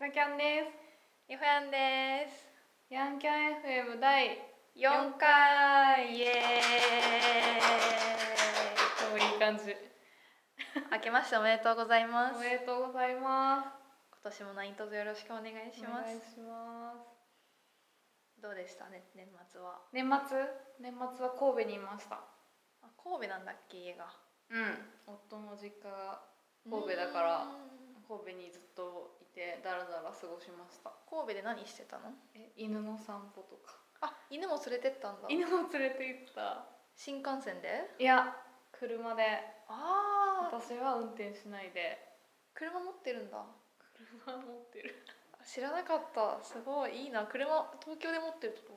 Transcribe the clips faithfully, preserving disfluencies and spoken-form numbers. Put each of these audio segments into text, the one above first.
ザキャンです。 リホヤンです。 ヤンキャン エフエム だいよんかいイエーイ。 今日いい感じ。 明けましておめでとうございます。 おめでとうございます。 今年も何卒よろしくお願いします。 お願いします。 どうでしたね、年末は。 年末年末は神戸にいました。 あ、神戸なんだっけ、家が。 うん。夫の実家が神戸だから神戸にずっといてだらだら過ごしました。 神戸で何してたの？ え、犬の散歩とか。 あ、犬も連れてったんだ。 犬も連れて行った。 新幹線で？ いや、車で。 ああ。 私は運転しないで。 車持ってるんだ。 車持ってる。 知らなかった。すごいいいな。車東京で持ってるってこと？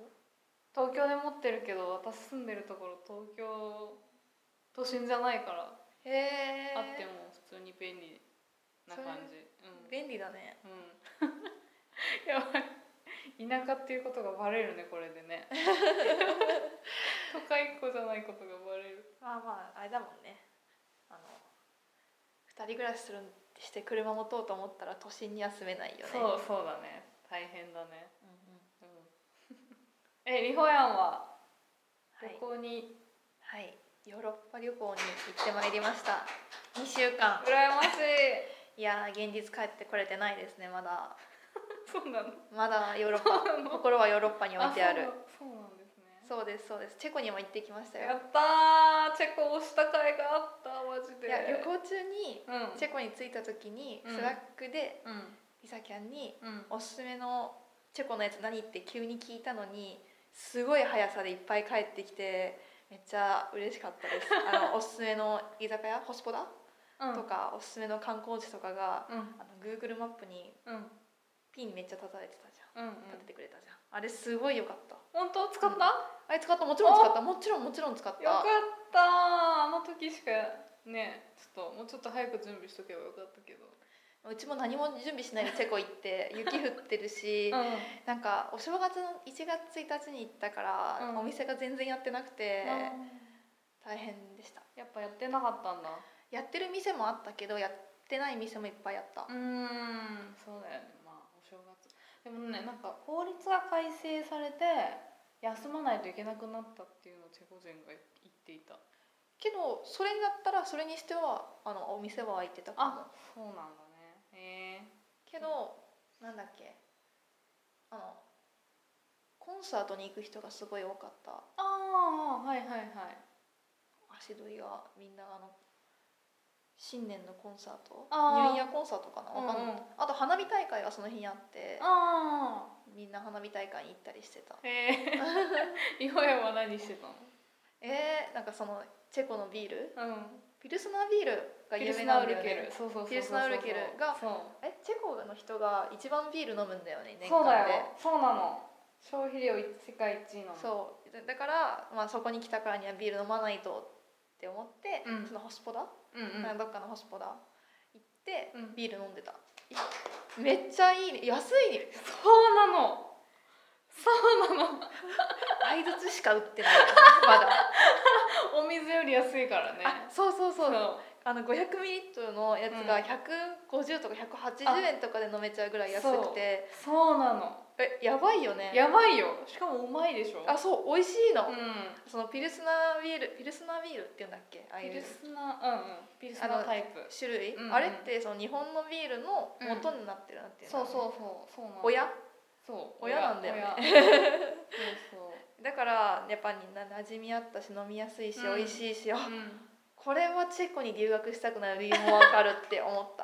東京で持ってるけど、私住んでるところ東京都心じゃないから。 へえ。 あっても普通に便利な感じ。 うん、便利だね。 うん。やばい。田舎っていうことがバレるね、これでね。都会っ子じゃないことがバレる。 まあまああれだもんね。あの二人暮らしするして車持とうと思ったら都心には住めないよね。 そうそうだね。大変だね。 うんうん。 え、リホヤンは旅はい行に、 はい、ヨーロッパ旅行に行ってまいりました。にしゅうかん。 羨ましい。 いやー、現実帰ってこれてないですね、まだ。 そうなの。 まだヨーロッパ、心はヨーロッパに置いてある。 そうなんですね。 そうですそうです。チェコにも行ってきましたよ。 やったー、チェコ押した甲斐があった、マジで。 いや、旅行中に、 うん、 チェコに着いた時に、 うん、 スラックで、 うん、 リサキャンに、 うん、 おすすめのチェコのやつ何って急に聞いたのに、すごい速さでいっぱい帰ってきて、めっちゃ嬉しかったです。あのおすすめの居酒屋、ホスポダ、うん、とかおすすめの観光地とかが、うん、あの Google マップにピンめっちゃ立たれてたじゃん、うんうん、立ててくれたじゃん。あれすごい良かった。 本当？使った？うん、 あれ使った。もちろん使った。もちろんもちろん使った。 よかった。あの時しかね、ちょっともうちょっと早く準備しとけばよかったけど。 うちも何も準備しないでチェコ行って雪降ってるし、うん、なんかお正月のいちがつついたちに行ったから、うん、お店が全然やってなくて、うん、大変でした。 やっぱやってなかったんだ。 やってる店もあったけどやってない店もいっぱいあった。 うーん、そうだよね。まあお正月でもね、なんか法律が改正されて休まないといけなくなったっていうのをチェコ人が言っていたけど、それだったらそれにしてはあのお店は開いてたかも。 あ、そうなんだね。へえ。 けどなんだっけ、あのコンサートに行く人がすごい多かった。ああ、はいはいはい。 足取りがみんなあの新年のコンサート、 あニューイヤーコンサートかな、わかんない、うんうん、あと花火大会がその日にあって、 あ、 みんな花火大会に行ったりしてた。 へえ。リホヤは何してたの？ えー、なんかそのチェコのビール、 うん、 ピルスナービールが有名なんだよね。 ピルスナーウルケルが、え、チェコの人が一番ビール飲むんだよね、年間で。 そうだよ、そうなの。消費量世界一位なの。 そうだから、まあ、そこに来たからにはビール飲まないとって思って、うん、そのホスポダ、うんうん、どっかのホスポダ行って、うん、ビール飲んでた。めっちゃいいね、安いね。 そうなの、そうなの。 相槌しか売ってないまだ。 お水より安いからね。 あ、そうそうそう。そうあのごひゃくミリリットルのやつがひゃくごじゅうとかひゃくはちじゅうえんとかで飲めちゃうぐらい安くて。 そう、そうなの。 え、やばいよね。 やばいよ。しかもうまいでしょ。 あ、そう、美味しいの。 うん、 そのピルスナービール、ピルスナービールっていうんだっけ？ああいうピルスナー、うんうん、ピルスナータイプ種類、うんうん、あれってその日本のビールの元になってるなっていうの、 うん、そうそうそうそうなの。 親？ そう、 親なんだよね。そうそう。だからやっぱり馴染みあったし飲みやすいし、うん、美味しいし、うん、これはチェコに留学したくなる理由もわかるって思った。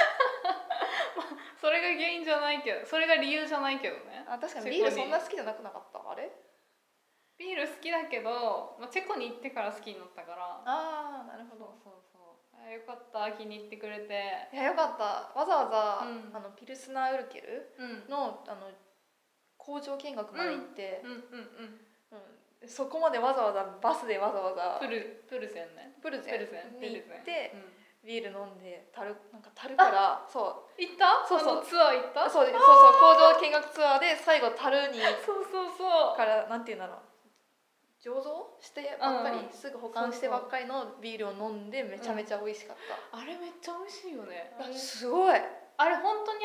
それが原因じゃないけど、それが理由じゃないけどね。 あ、確かにビールそんな好きじゃなくなかった。あれ？ ビール好きだけど、まあ、チェコに行ってから好きになったから。 ああ、なるほど。 そうそうそう。あ、よかった、気に入ってくれて。 いや、よかった。わざわざ、うん、あのピルスナーウルケルの、うん、あの工場見学まで行って、うんうんうんうん、そこまでわざわざバスでわざわざプルプルセンね。 プルセンに行って。ビール飲んで樽なんか樽から、そう行った？ そうそう、 ツアー行った？ そうそうそう、工場見学ツアーで最後樽にそうそうそうからなんていうんだろう、醸造してばっかり、うん、すぐ保管してばっかりのビールを飲んでめちゃめちゃ美味しかった。 うん、あれめっちゃ美味しいよね。 すごい。 あれ本当にあのビー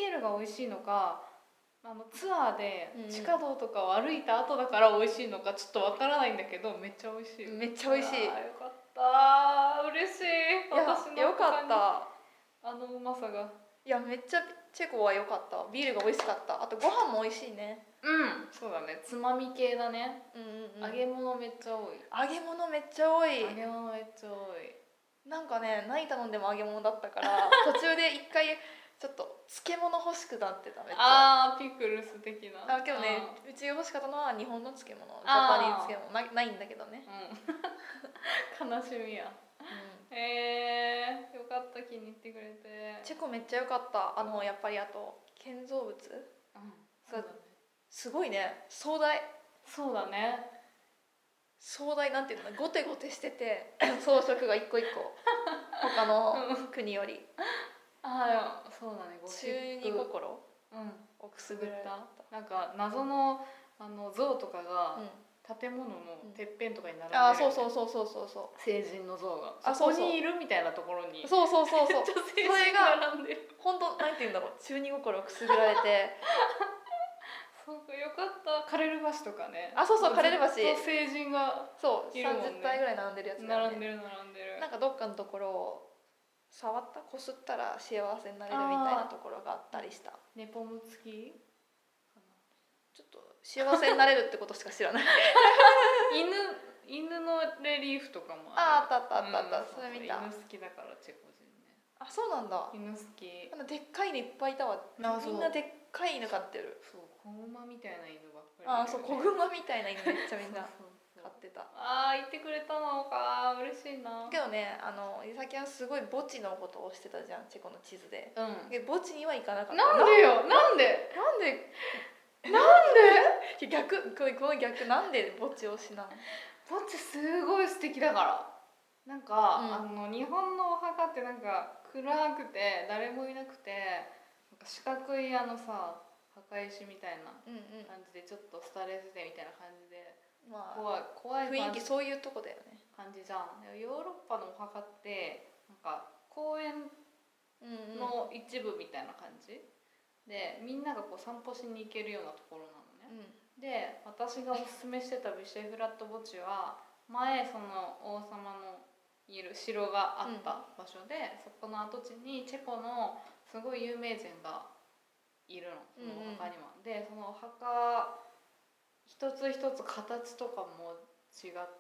ールが美味しいのか、あのツアーでうん地下道とかを歩いた後だから美味しいのかちょっとわからないんだけど、めっちゃ美味しい。 めっちゃ美味しい。 あーよかったー、嬉しい。 いや私のよかった。 あのうまさが。 いやめっちゃチェコは良かった。ビールが美味しかった。あとご飯も美味しいね。 うんそうだね、つまみ系だね。 うんうんうん、 揚げ物めっちゃ多い。 揚げ物めっちゃ多い。 揚げ物めっちゃ多い。 なんかね何頼んでも揚げ物だったから途中で一回ちょっと漬物欲しくなってた。めっちゃあーピクルス的な。 あ今日ねうちが欲しかったのは日本の漬物、ジャあーパニーズ漬物なないんだけどね、 うん悲しみや。 うん、 えー、よかった、気に入ってくれて。 チェコめっちゃ良かった。あのやっぱりあと建造物うんそうだね。 すごいね、壮大そうだね。 壮大なんていうのゴテゴテしてて装飾が一個一個他の国よりああそうだね。ゴシ中ック二心うんをくすぐられた。 なんか謎のあの像とかがうん建物のてっぺんとかに並んでる、ね、 あそうそうそうそうそうそう聖人の像があそこそうそうにいるみたいなところにうそうそうそうそうめっちゃそ聖人れが並んでる。 本当なんていうんだろう、中二心をくすぐられてそうか、よかった。カレル橋とかね。 あそうそうカレル橋ずっと聖人がそういるもんね。 さんじゅっ体ぐらい並んでるやつだよね。 並んでる並んでる。 なんかどっかのところを触ったこすったら幸せになれるみたいなところがあったりした。 ネポム付きちょっと幸せになれるってことしか知らない犬犬のレリーフとかもあある。 あったあったあったあった、 うん、 それ見た。 犬好きだからチェコ人ね。 あそうなんだ。 犬好き。 あのでっかいのいっぱいいたわ。 あそうみんなでっかい犬飼ってる。 そう子馬みたいな犬ばっかり、 あそう子熊みたいな犬めっちゃみんなそうそうそう飼ってた。 ああ言ってくれたのか、嬉しいな。 けどね、あの伊崎はすごい墓地のことをしてたじゃん、チェコの地図で。 うんで墓地には行かなかった。 なんでよ、なんでなんでなんで逆この逆なんで墓地をしなの。 墓地すごい素敵だから。なんか、 うんあの日本のお墓ってなんか暗くて誰もいなくて、なんか四角いあのさ墓石みたいなうんうん、 感じでちょっと廃れててみたいな感じでまあ怖い怖い雰囲感じ気そういうとこだよね。 感じじゃん。でもヨーロッパのお墓ってなんか公園うんうん、 の一部みたいな感じで、みんながこう散歩しに行けるようなところなのね。 うんで私がおすすめしてたビシェフラット墓地は前その王様のいる城があった場所で、うん、そこの跡地にチェコのすごい有名人がいるの、そのお墓には。うんうん、でそのお墓一つ一つ形とかも違って、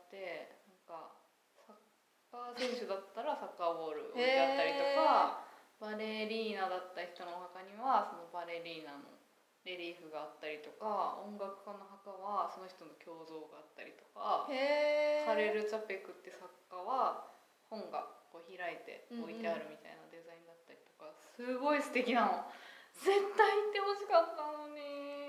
なんかサッカー選手だったらサッカーボール置いてあったりとか、バレリーナだった人のお墓にはそのバレリーナのレリーフがあったりとか、音楽家の墓はその人の胸像があったりとか、 へカレル・チャペクって作家は本がこう開いて置いてあるみたいなデザインだったりとか、すごい素敵なの。絶対行ってほしかったのに。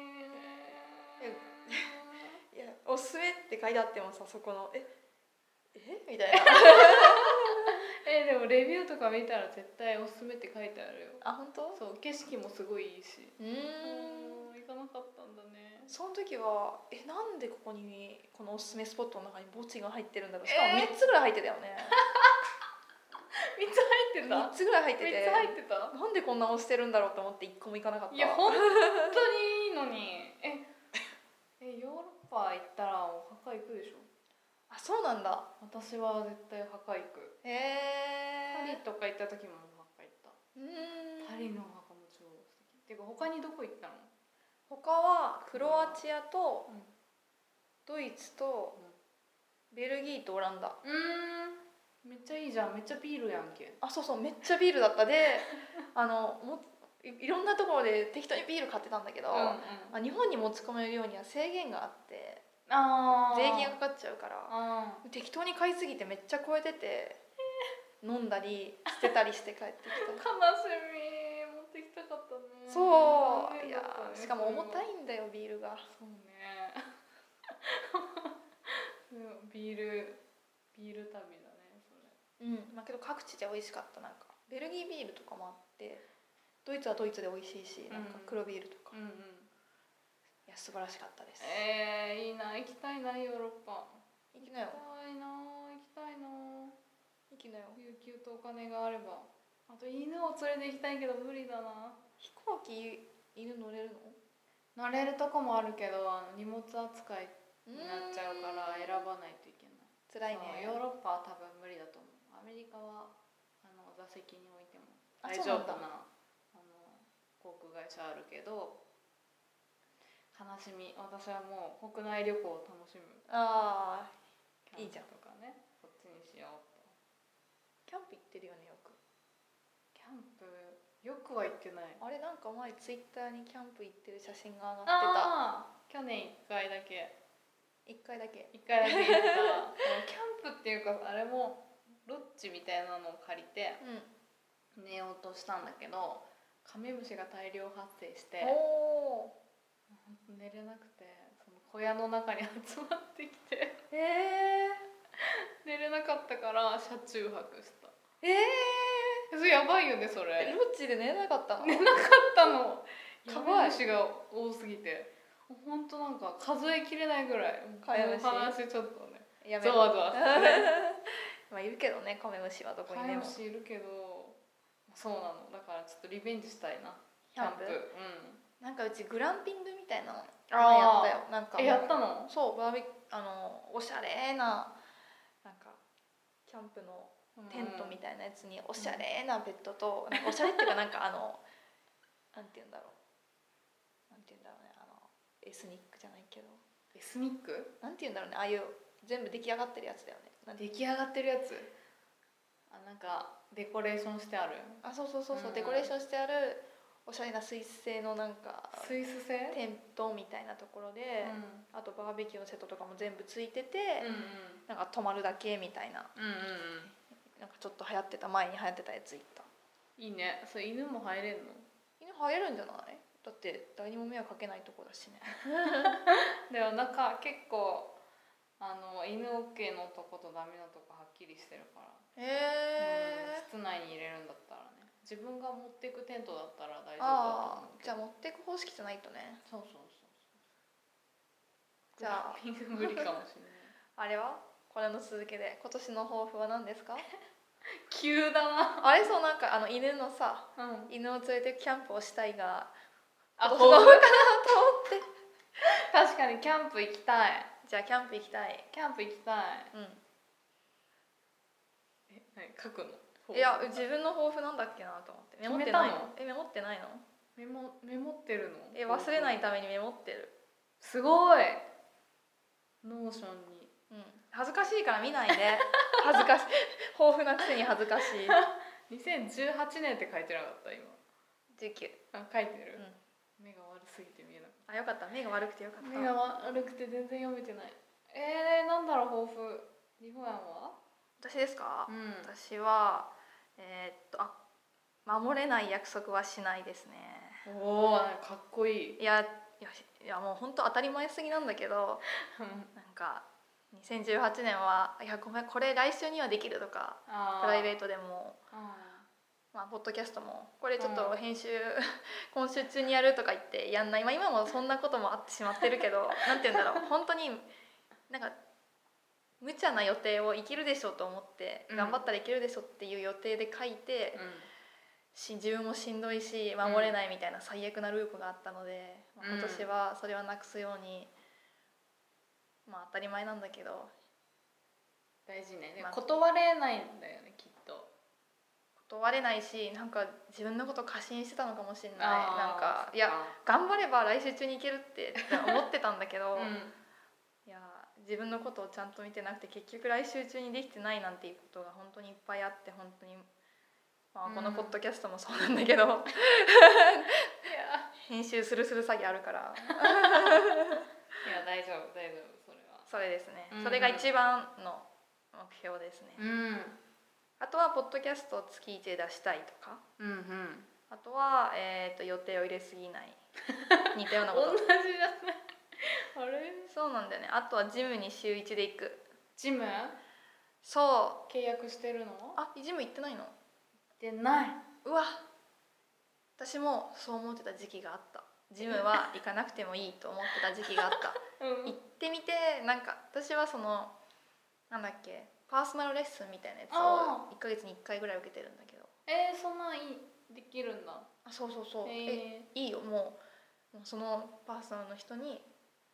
いやおすすめって書いてあってもさ、そこのええみたいなえでもレビューとか見たら絶対おすすめって書いてあるよ。 あ本当？ そう景色もすごいいいし。 うーん行かなかったんだね。 その時はえなんでここにこのおすすめスポットの中に墓地が入ってるんだろう。しかもみっつぐらい入ってたよね。 みっつ入ってた。 みっつぐらい入ってて。 みっつ入ってた。 なんでこんな押してるんだろうと思っていっこも行かなかった。 いや本当にいいのに。ええヨーロッパ行ったらお墓行くでしょ。 あそうなんだ。 私は絶対墓行く。 へえ。 パリとか行った時もお墓行った。 うーんパリのお墓も超素敵。てか他にどこ行ったの？ 他はクロアチアとドイツとベルギーとオランダ。 うーんめっちゃいいじゃん。めっちゃビールやんけ。 あそうそうめっちゃビールだった。であのもい, いろんなところで適当にビール買ってたんだけど、 うんうんまあ、日本に持ち込めるようには制限があってあ税金がかかっちゃうからあ適当に買いすぎてめっちゃ超えてて飲んだり捨てたりして帰ってき悲た。 しみ。持ってきたかったね。 そういやねしかも重たいんだよビールが。 そうねビールビール旅だねそれ。 うんまあけど各地で美味しかった。なんかベルギービールとかもあってドイツはドイツで美味しいし、なんか黒ビールとか、 うんうん、 いや素晴らしかったです。 えー、いいな。行きたいなヨーロッパ。 行きなよ。 行きたいな行きたいな行きなよ。 有給とお金があれば。あと犬を連れて行きたいけど無理だな。 飛行機機犬乗れるの？ 乗れるとこもあるけど、あの荷物扱いになっちゃうから選ばないといけない。 辛いね。 ヨーロッパは多分無理だと思う。アメリカはあの座席に置いても大あ、 丈夫そうなんだ。 なあの航空会社あるけど、悲しみ。私はもう国内旅行を楽しむ。 ああ、 キャンプとかね、そっちにしようと。 キャンプ行ってるよね、よく。 キャンプよくは行ってない。 あれ、なんか前ツイッターにキャンプ行ってる写真が上がってああ、去年いっかいだけ。 た。いっかいだけ。 いっかいだけ行った。キャンプっていうか、あれもロッジみたいなのを借りて寝ようとしたんだけど、カメムシが大量発生して、 おー寝れなくて、その小屋の中に集まってきてえー、 寝れなかったから車中泊した。 えー、 それやばいよね、それ。 ロッジで寝れなかったの？ 寝なかったの。 やばい。 カメムシが多すぎて、ほんとなんか数えきれないぐらい。 カメムシ？ 話ちょっとね、 やめゾワゾワするね。 まあいるけどね、カメムシはどこにでも。 カメムシいるけど、そうなの。だからちょっとリベンジしたいな。 キャンプ？ キャンプ。うん。 なんかうちグランピングみたいなのやあーったよ。なんかえ、やったの？ そう、バーベあのおしゃれななんかキャンプのテントみたいなやつにおしゃれなベッドと、なんかおしゃれっていうかなんかあのなんて言うんだろう、なんて言うんだろうね、あのエスニックじゃないけど、 エスニック？ なんて言うんだろうね、ああいう全部出来上がってるやつだよね。なんて出来上がってるやつ。あ、なんかデコレーションしてある。 あ、そうそうそうそう、 うんデコレーションしてあるおしゃれなスイス製のなんかスイス製？ テントみたいなところで、 うんあとバーベキューのセットとかも全部ついてて、 うんなんか泊まるだけみたいな、 うんうんうんなんかちょっと流行ってた、前に流行ってたやつ行った。 いいね。それ犬も入れんの？ 犬入るんじゃない？だって誰にも迷惑かけないとこだしね。 でもなんか結構あの犬 OK のとことダメなとこはっきりしてるから。 へえ、 うん、室内に入れるんだったらね。自分が持っていくテントだったら大丈夫だとああ、 思うけど。 じゃあ持ってく方式じゃないとね。 そうそうそうそう。 じゃあグランピング無理かもしれない。 あれはこれの続けで今年の抱負は何ですか？ 急だな。 あれ、そう、なんかあの犬のさ、 うん、 犬を連れてキャンプをしたいがあ、 今年の抱負かなと思って。 確かにキャンプ行きたい。 じゃあキャンプ行きたい。 キャンプ行きたい。 うん。 え、何書くの？ いや、自分の抱負なんだっけなと思って。メモってないの？え、メモってないの？ メモメモってるの？ え、忘れないためにメモってる。 すごい。ノーションに。 うん。恥ずかしいから見ないで。恥ずかしい。抱負なくせに恥ずかしい。 にせんじゅうはちねんって書いてなかった今。 じゅうきゅう。 あ、書いてる。 うん。 目が悪すぎて見えなかっあ、よかった。目が悪くてよかった。 た。目が悪くて全然読めてない。えー、なんだろう抱負。リホヤンは？ 私ですか？ うん。 私はえー、っとあ守れない約束はしないですね。 おお、かっこいい。 いやいやいや、もう本当当たり前すぎなんだけどなんかにせんじゅうはちねんはいやごめんこれ来週にはできるとか、プライベートでも、まあ、ポッドキャストもこれちょっと編集今週中にやるとか言ってやんない、まあ、今もそんなこともあってしまってるけどなんて言うんだろう、本当になんか無茶な予定を生きるでしょと思って、うん、頑張ったらいけるでしょっていう予定で書いて、うん、し自分もしんどいし守れないみたいな最悪なループがあったので、うん、まあ、今年はそれはなくすように、まあ当たり前なんだけど大事ね、まあ、断れないんだよねきっと。 断れないし、なんか自分のこと過信してたのかもしれない。なんかいや頑張れば来週中に行けるって思ってたんだけど、うん、いや自分のことをちゃんと見てなくて結局来週中にできてないなんていうことが本当にいっぱいあって、本当に、まあ、このポッドキャストもそうなんだけど、うん、いや編集するする詐欺あるからいや大丈夫大丈夫、それはそれですね、うんうん、それが一番の目標ですね、うん、あとはポッドキャストを月いちで出したいとか、うんうん、あとは、えー、と予定を入れすぎない似たようなこと同じじゃないあれそうなんだよね。あとはジムに週いちで行く。 ジム？ そう契約してるの？ あ、ジム行ってないの？行ってない。 うわ、私もそう思ってた時期があった。ジムは行かなくてもいいと思ってた時期があった、うん、行ってみて、なんか私はそのなんだっけパーソナルレッスンみたいなやつをいっかげつにいっかいぐらい受けてるんだけど。 えー、そんなんいいできるんだ。 あ、 あそうそうそう、 ええいいよもう、もうそのパーソナルの人に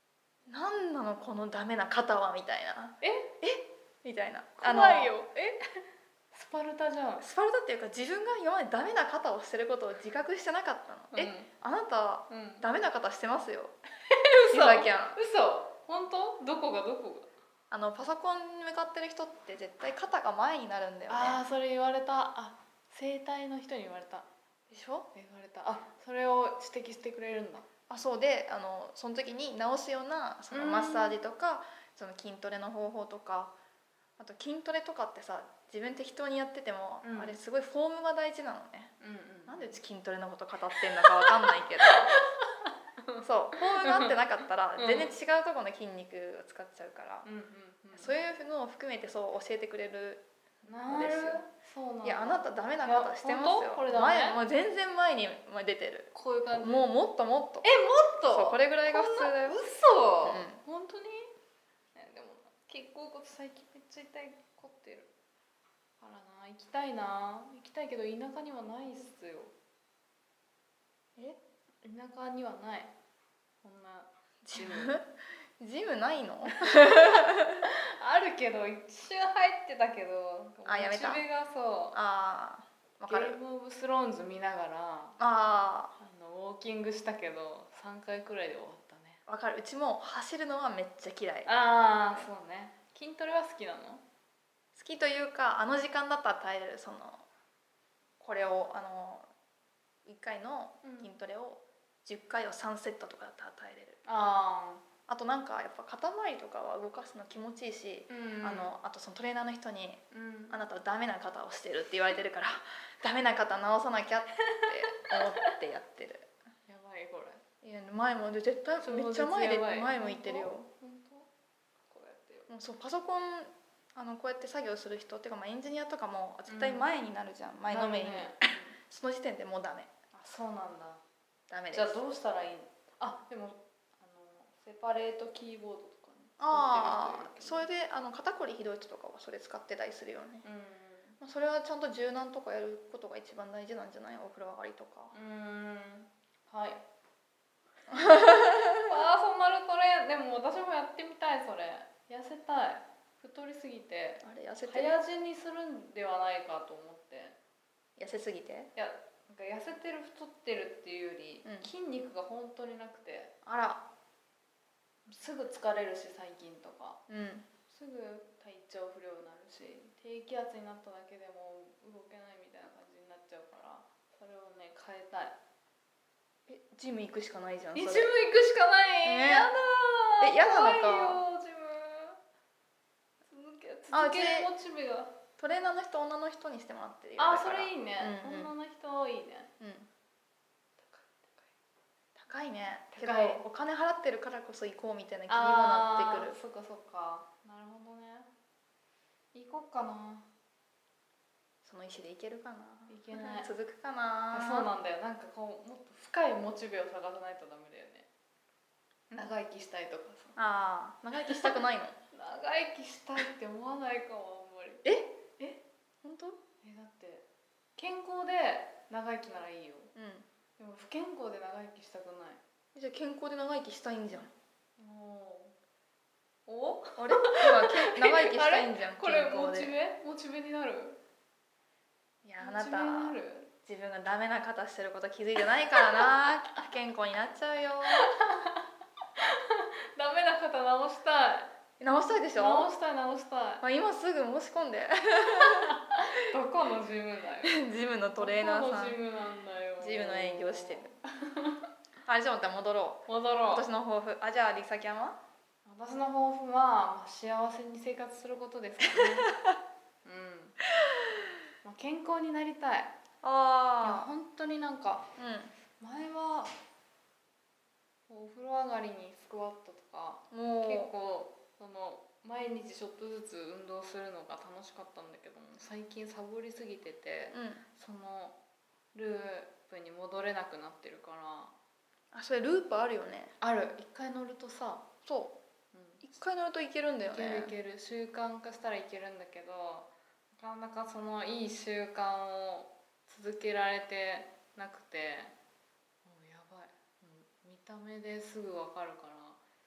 「何なのこのダメな肩は」みたいなええみたいな、 怖いよ。えスパルタじゃん。 スパルタっていうか自分が今までダメな肩をしてることを自覚してなかったの、 うん、 えあなた、 うん、 ダメな肩してますよ嘘リサキャン。 嘘本当？どこがどこが？ あのパソコンに向かってる人って絶対肩が前になるんだよね。 ああそれ言われた。あ整体の人に言われたでしょ。 言われた。あそれを指摘してくれるんだ。 あそうで、あのその時に直すようなそのマッサージとかその筋トレの方法とか、あと筋トレとかってさ自分適当にやってても、うん、あれすごいフォームが大事なのね、うんうん、なんでうち筋トレのこと語ってんのかわかんないけどそうフォームが合ってなかったら全然違うところの筋肉を使っちゃうから、うんうんうん、そういうのを含めてそう教えてくれるんですよ。そうなんだ。いやあなたダメな方してますよ。これ前もう全然前に出てる。 こういう感じ。 もうもっともっと。 えもっと。 そうこれぐらいが普通だよ。 嘘。うん、本当に？えでも肩甲骨最近めっちゃ痛い凝ってる。あらな行きたいな行きたいけど田舎にはないっすよ。え？田舎にはない。こんなジムジムないの？ あるけど一瞬入ってたけど、 あやめた。 モチベがそう。 ああわかる。 ゲームオブスローンズ見ながらああのウォーキングしたけどさんかいくらいで終わったね。 わかる。うちも走るのはめっちゃ嫌い。 ああそうね。筋トレは好きなの？ 好きというかあの時間だったら耐えれる。そのこれをあのいっかいの筋トレをじゅっかいをさんセットとかだったら耐えれる。ああ。あとなんかやっぱ肩周りとかは動かすの気持ちいいし、うん、あのあとそのトレーナーの人に、うん、あなたはダメな肩をしてるって言われてるからダメな肩直さなきゃって思ってやってる。 やばいこれ。 いや前もで絶対めっちゃ前で前向いてるよ。 本当？こうやってよ。 もうそうパソコンあのこうやって作業する人っていうか、まあ、エンジニアとかも絶対前になるじゃん、うん、前のめりに、ね、その時点でもうダメ。 あそうなんだ。 ダメです。 じゃあどうしたらいいの？あでもセパレートキーボードとかね。 ああそれであの肩こりひどい人とかはそれ使ってたりするよね。うん、まあ、それはちゃんと柔軟とかやることが一番大事なんじゃない？お風呂上がりとか。うんはいパーソナルトレーでも私もやってみたい。それ痩せたい。太りすぎてあれ痩せてる早死にするんではないかと思って。 痩せすぎて？ いやなんか痩せてる太ってるっていうより、うん、筋肉が本当になくて。 あらすぐ疲れるし最近とか、うん、すぐ体調不良になるし低気圧になっただけでも動けないみたいな感じになっちゃうからそれをね変えたい。 えジム行くしかないじゃん。 ジム行くしかない、ね、やだえやだなんかジム続け続けるモチベが。 トレーナーの人女の人にしてもらってるよ。 あそれいいね、うんうん、女の人いいね、うん高いね。けどお金払ってるからこそ行こうみたいな気にもなってくる。 そっかそっかなるほどね。行こっかな。 その意思で行けるかな。 行けない。 続くかな。 そうなんだよ。なんかこうもっと深いモチベを探さないとダメだよね。長生きしたいとかさ。 ああ長生きしたくないの？ 長生きしたいって思わないかもあんまり。 ええ本当？ えだって健康で長生きならいいよ。うん。でも不健康で長生きしたくない。 じゃあ健康で長生きしたいんじゃん。 おおあれ今長生きしたいんじゃん。 これモチベモチベになる。 いやあなた自分がダメな肩してること気づいてないからな不健康になっちゃうよ。 ダメな肩直したい。 直したいでしょ。 直したい直したい、 まあ、今すぐ申し込んで。 どこのジムだよ。 ジムのトレーナーさん。 ジムなんだよ。 ジムの営業してる。あじゃあまた戻ろう。 戻ろう。 私の抱負。あじゃあリサキャンは？ 私の抱負は、まあ、幸せに生活することですかね。うん。まあ、健康になりたい。ああ。本当になんか、うん、前はお風呂上がりにスクワットとか結構その毎日ちょっとずつ運動するのが楽しかったんだけども最近サボりすぎてて、うん、そのループに戻れなくなってるから。 あそれループあるよね。 ある。一回乗るとさそう、うん、一回乗るといけるんだよね。 いけるいける習慣化したらいけるんだけどなかなかそのいい習慣を続けられてなくて、もうやばい、もう見た目ですぐ分かるから、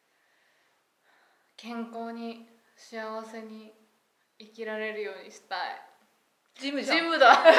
健康に幸せに生きられるようにしたい。 ジムじゃん。 ジムだジム行くし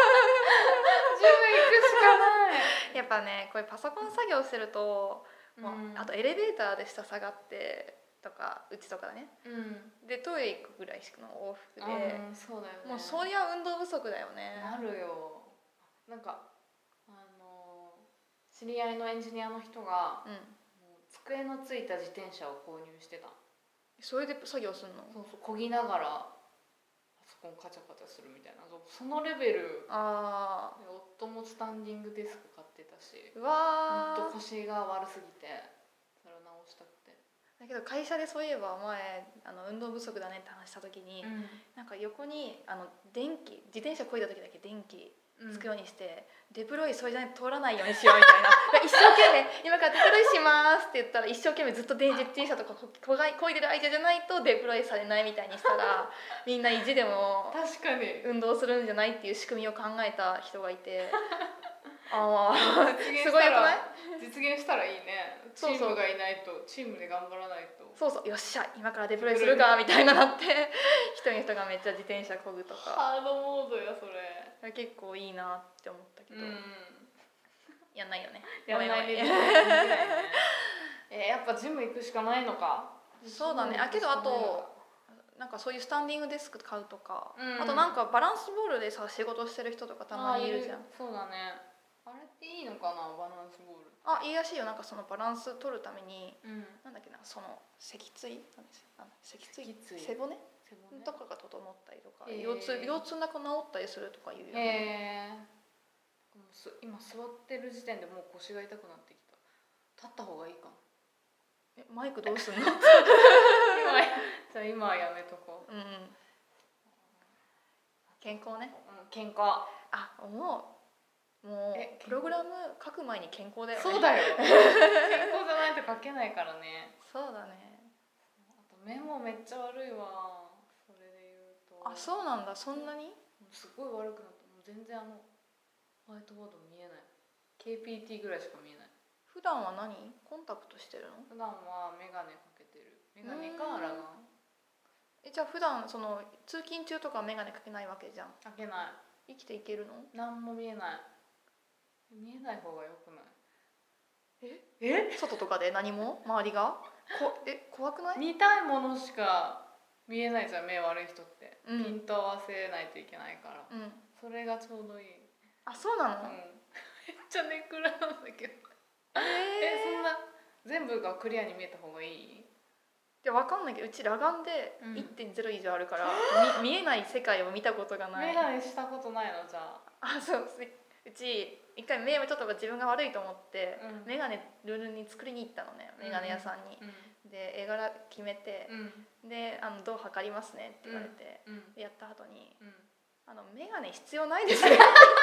かないやっぱね、これパソコン作業してると、 うんもうあとエレベーターで下下がってとか、うちとかだね、 うんでトイレ行くぐらいしかの往復で、 うんそうだよね、 もうそりゃ運動不足だよね。 なるよ。なんかあの知り合いのエンジニアの人が、 うん、 もう机のついた自転車を購入してた。 それで作業するの？ そうそう、漕ぎながらパソコンカチャカチャするみたいな、そのレベル。 あで夫もスタンディングデスク買ってたし、 ーうわー、 ほんと腰が悪すぎてそれを直したくて。 だけど会社でそういえば前あの運動不足だねって話した時に、 うんなんか横にあの電気自転車漕いだ時だけ電気つくようにして、うん、デプロイそれじゃないと通らないようにしようみたいな一生懸命今からデプロイしますって言ったら一生懸命ずっと電自転車とかこ漕いでる間じゃないとデプロイされないみたいにしたらみんな意地でも確かに運動するんじゃないっていう仕組みを考えた人がいてああすごいよくない？ 実現したらいいね。チームがいないと、チームで頑張らないと。 そうそう、よっしゃ今からデプロイするかみたいななって一人の人がめっちゃ自転車漕ぐとかハードモードやそれ。 結構いいなって思ったけど、うん、やんないよね。 やんないね。えー、やっぱジム行くしかないのか。 そうだね。あけどあとなんかそういうスタンディングデスク買うとか、 うん、 あとなんかバランスボールでさ仕事してる人とかたまにいるじゃん。 そうだね。あれっていいのかな、バランスボール。 あ、いいらしいよ。なんかそのバランス取るために、うん、なんだっけな、その脊椎なんですよ。あの脊椎背骨背骨とかが整ったりとか、腰痛腰痛なく治ったりするとかいうよね。 へー、今座ってる時点でもう腰が痛くなってきた。立った方がいいかも。 え、マイクどうすんの？ 今じゃあ今はやめとこう。うん、 健康ね。 うん、健康。 あ、思う。もうプログラム書く前に健康だよね。 そうだよ。健康じゃないと書けないからね。 そうだね。 あと目もめっちゃ悪いわ。それで言うと。 あ、そうなんだ。そんなに？ すごい悪くなった。もう全然あのホワイトボード見えない。ケーピーティー ぐらいしか見えない。 普段は何？コンタクトしてるの？ 普段はメガネかけてる。メガネか裸眼。 え、じゃあ普段その通勤中とかメガネかけないわけじゃん。 かけない。 生きていけるの？ 何も見えない。見えない方がよくない？ え？え？外とかで何も周りがこえ怖くない？ 見たいものしか見えないじゃん、目悪い人って、うん、ピント合わせないといけないから、うん、それがちょうどいい。 あ、そうなの？うん、 めっちゃネクラなんだけどえー、え、そんな全部がクリアに見えた方がいい？ いや、分かんないけど、うち裸眼で いってんゼロ 以上あるから、うん、見えない世界を見たことがない。 メガネしたことないの？じゃあ。 あ、そう、うち一回目をちょっと自分が悪いと思って、うん、メガネルールに作りに行ったのね、メガネ屋さんに、うん、で絵柄決めて、うん、であのどう測りますねって言われて、うん、でやった後に、うん、あのメガネ必要ないですねで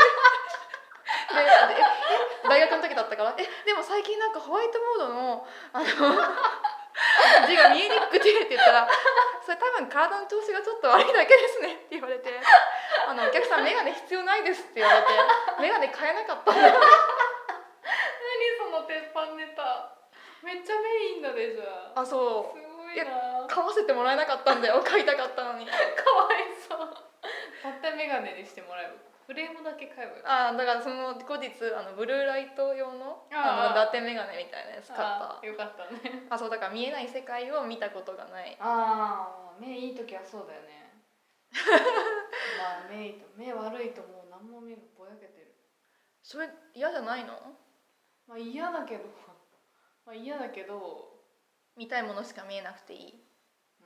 大学の時だったから、えでも最近なんかホワイトボードのあの字が見えにくくてって言ったら、それ多分体の調子がちょっと悪いだけですねって言われて、あのお客さんメガネ必要ないですって言われてメガネ買えなかったんだよ何その鉄板ネタ、めっちゃ目いいんだね。じゃあ。 あ、そう、 すごいな。 買わせてもらえなかったんだよ買いたかったのにかわいそう。絶対メガネにしてもらえば、フレームだけ買えばよ。 ああ、だからその後日あのブルーライト用のあの伊達メガネみたいなやつ買った。 よかったね。 あ、そうだから見えない世界を見たことがない。 ああ、目いい時はそうだよねまあ目いいと、目悪いともう何も見るぼやけてる。 それ嫌じゃないの？ まあ嫌だけどまあ嫌だけど見たいものしか見えなくていい。 うん、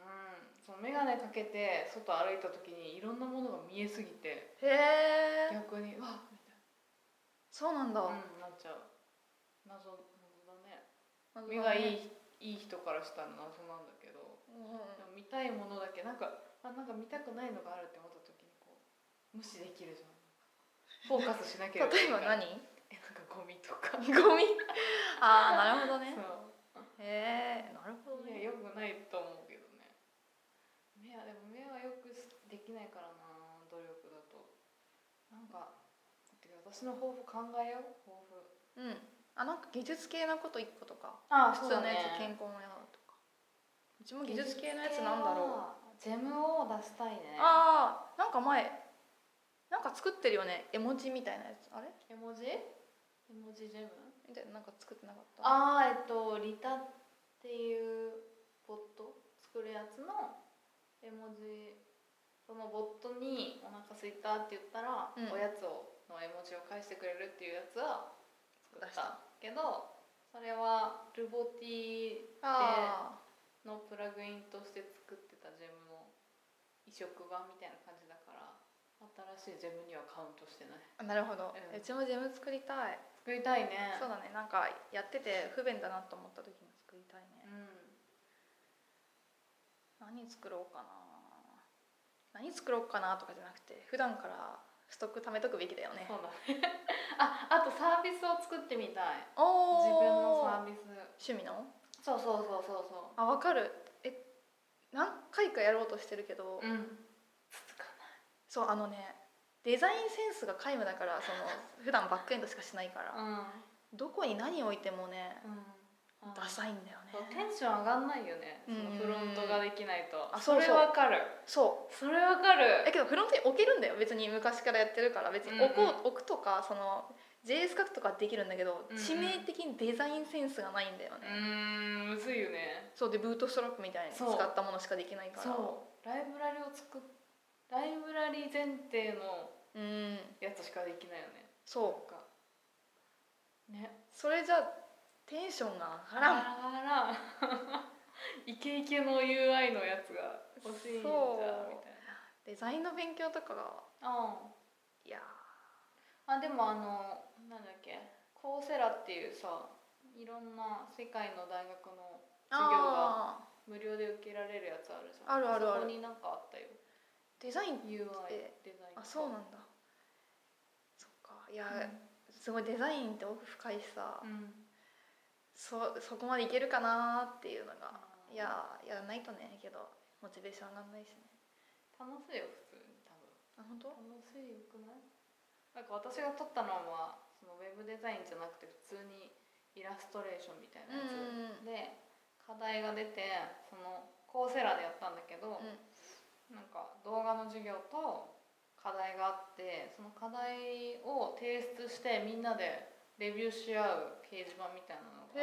その眼鏡かけて外歩いた時にいろんなものが見えすぎて、 へえ、 逆にわっみたいな。 そうなんだ。うん、 なっちゃう。謎謎だね。目がいいいい人からしたら謎なんだけど、うん、でも見たいものだけなんかあなんか見たくないのがあるって思った時にこう無視できるじゃん。フォーカスしなければいいから。 例えば何？ え、なんかゴミとか。 ゴミ。ああ、なるほどね。 そう。 へえ、なるほどね。 いや、よくないと思うけどね。目はでも目はよくできないからな、努力だと。なんか私年の抱負考えよう。抱負。 うん。あ、なんか技術系のこといっことか。 あ、 普通のやつ、健康のやつとか。うちも技術系のやつなんだろう。ジェムを出したいね。 ああ、なんか前なんか作ってるよね、絵文字みたいなやつ。あれ絵文字絵文字ジェムみたいな、なんか作ってなかった？ ああ、えっとリタっていうボット作るやつの絵文字、そのボットにお腹すいたって言ったら、うん、おやつをの絵文字を返してくれるっていうやつは作ったけど、それはルボティでのプラグインとして作ってたジェムの移植版みたいな感じだから新しいジェムにはカウントしてない。 あ、なるほど、うん、うちもジェム作りたい。 作りたいね。 そうだね、なんかやってて不便だなと思った時に作りたいね。うん、何作ろうかな何作ろうかなとかじゃなくて、普段からストック貯めとくべきだよね。 そうだねあ、あとサービスを作ってみたい。 お自分のサービス。 趣味の？ そうそうそうそうそう。 あ、分かる。え、何回かやろうとしてるけど、 うん、続かない。 そう、あのね、デザインセンスが皆無だから、その普段バックエンドしかしないから、うん、どこに何置いてもね、うん、ダサいんだよね。 テンション上がんないよね、そのフロントができないと。 あ、 それわかる。 そうそれわかる。 だけどフロントに置けるんだよ、別に昔からやってるから。別に置こう、うんうん、置くとかその ジェイエス 書くとかできるんだけど、うんうん、致命的にデザインセンスがないんだよね。 うーん、むずいよね。 そうで、ブートストラップみたいに使ったものしかできないから。 そうライブラリを作っライブラリ前提のやつしかできないよね。 そうかね。 それじゃテンションが上がらん。 上がらんイケイケの ユーアイ のやつが欲しいんじゃんみたいな。 デザインの勉強とかが、 あいやあでもあのなんだっけ、コーセラっていうさ、いろんな世界の大学の授業が無料で受けられるやつあるじゃん。 あるあるある。 そこになんかあったよ、 デザインってユーアイ デザイン。 あ、そうなんだ。そっか。いや、うん、すごいデザインって奥深いしさ、うん、そ, そこまでいけるかなっていうのが、いややらないとね。けどモチベーション上がんないしね。 楽しいよ普通に。多分。 あ、本当？ 楽しいよくない？なんか私が撮ったのはそのウェブデザインじゃなくて普通にイラストレーションみたいなやつ、うん、で課題が出て、そのコーセラでやったんだけど、うん、なんか動画の授業と課題があって、その課題を提出してみんなでレビューし合う掲示板みたいなのがあって、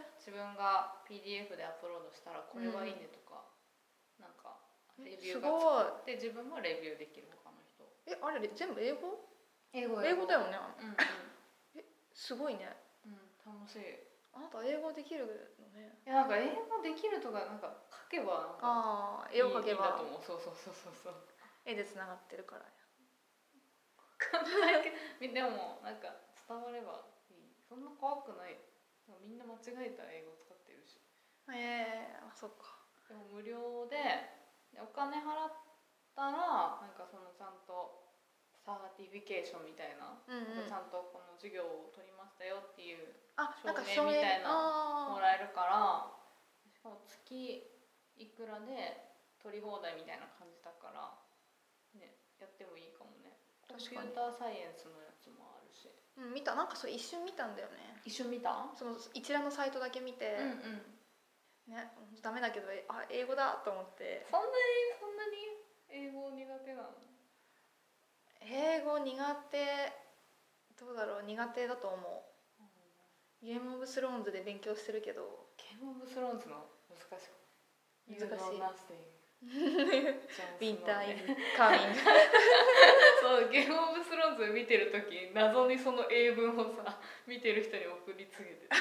自分が ピーディーエフ でアップロードしたらこれはいいねとか、うん、なんかレビューが作って自分もレビューできる。他の人。 え、あれ全部英語？ 英語英語だよね。 うんうん、 え、すごいね。 うん、楽しい。 あなた英語できるのね。 いや、なんか英語できるとか、なんか書けばなんか、ああ、 絵を描けばいいんだと思う。そうそうそうそうそう。 絵でつながってるからや。 分かんないけど、でもなんか伝わればいい。そんな怖くない。みんな間違えた英語使ってるし。 へえー、あ、そっか。 でも無料で、お金払ったらなんかそのちゃんとサーティフィケーションみたいな、うんうん、ちゃんとこの授業を取りましたよっていう証明みたいなもらえるから、しかも月いくらで取り放題みたいな感じだから、ね、やってもいいかもね。コンピューターサイエンスのやつもあるし。 うん、見た。なんかそれ一瞬見たんだよね。 一瞬見た？ その一覧のサイトだけ見て、うんうん、ね、ダメだけど、あ、英語だと思って。 そんなにそんなに英語苦手なの？ 英語苦手、どうだろう、苦手だと思う。ゲームオブスローンズで勉強してるけど。 ゲームオブスローンズの難しい。 難しい。 ウィンターインカーミング。 そう、ゲームオブスローンズ見てるとき、謎にその英文をさ、見てる人に送りつげて。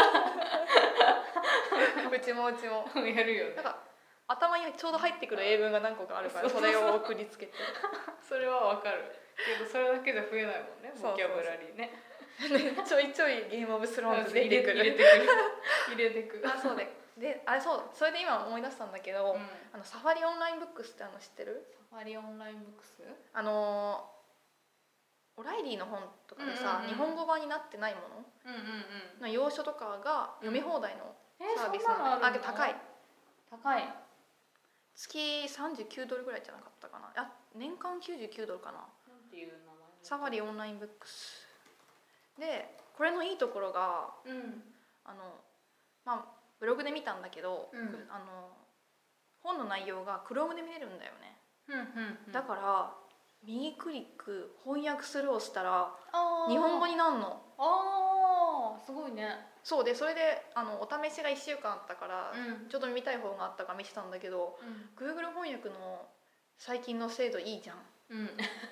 うちもうちもやるよね。 なんか頭にちょうど入ってくる英文が何個かあるから、それを送りつけて。 それはわかるけど、それだけじゃ増えないもんね、ボキャブラリーね。 ちょいちょいゲームオブスローンズ出てくる。 入れてくる入れてくる。 あ、そうで、で、あれ、そう、それで今思い出したんだけど、うん、あのサファリオンラインブックスってあの知ってる？ サファリオンラインブックス？ あのオライリーの本とかでさ、うんうんうん、日本語版になってないもの、うんうんうん、の要所とかが読み放題のサービスなんだけど、高い。 高い。 月さんじゅうきゅうドルぐらいじゃなかったかな。あ、年間きゅうじゅうきゅうドルかな。 なんていう名前なサファリオンラインブックスで、これのいいところが、 うん、 あのまあブログで見たんだけど、 うん、 あの本の内容が Chrome で見れるんだよね、 うんうんうん、 だから右クリック翻訳するをしたらあ日本語になるの。 あーすごいね。 そうで、それであのお試しがいっしゅうかんあったから、 うん、 ちょっと見たい方があったから見てたんだけど、 うん、 Google 翻訳の最近の精度いいじゃん。 うん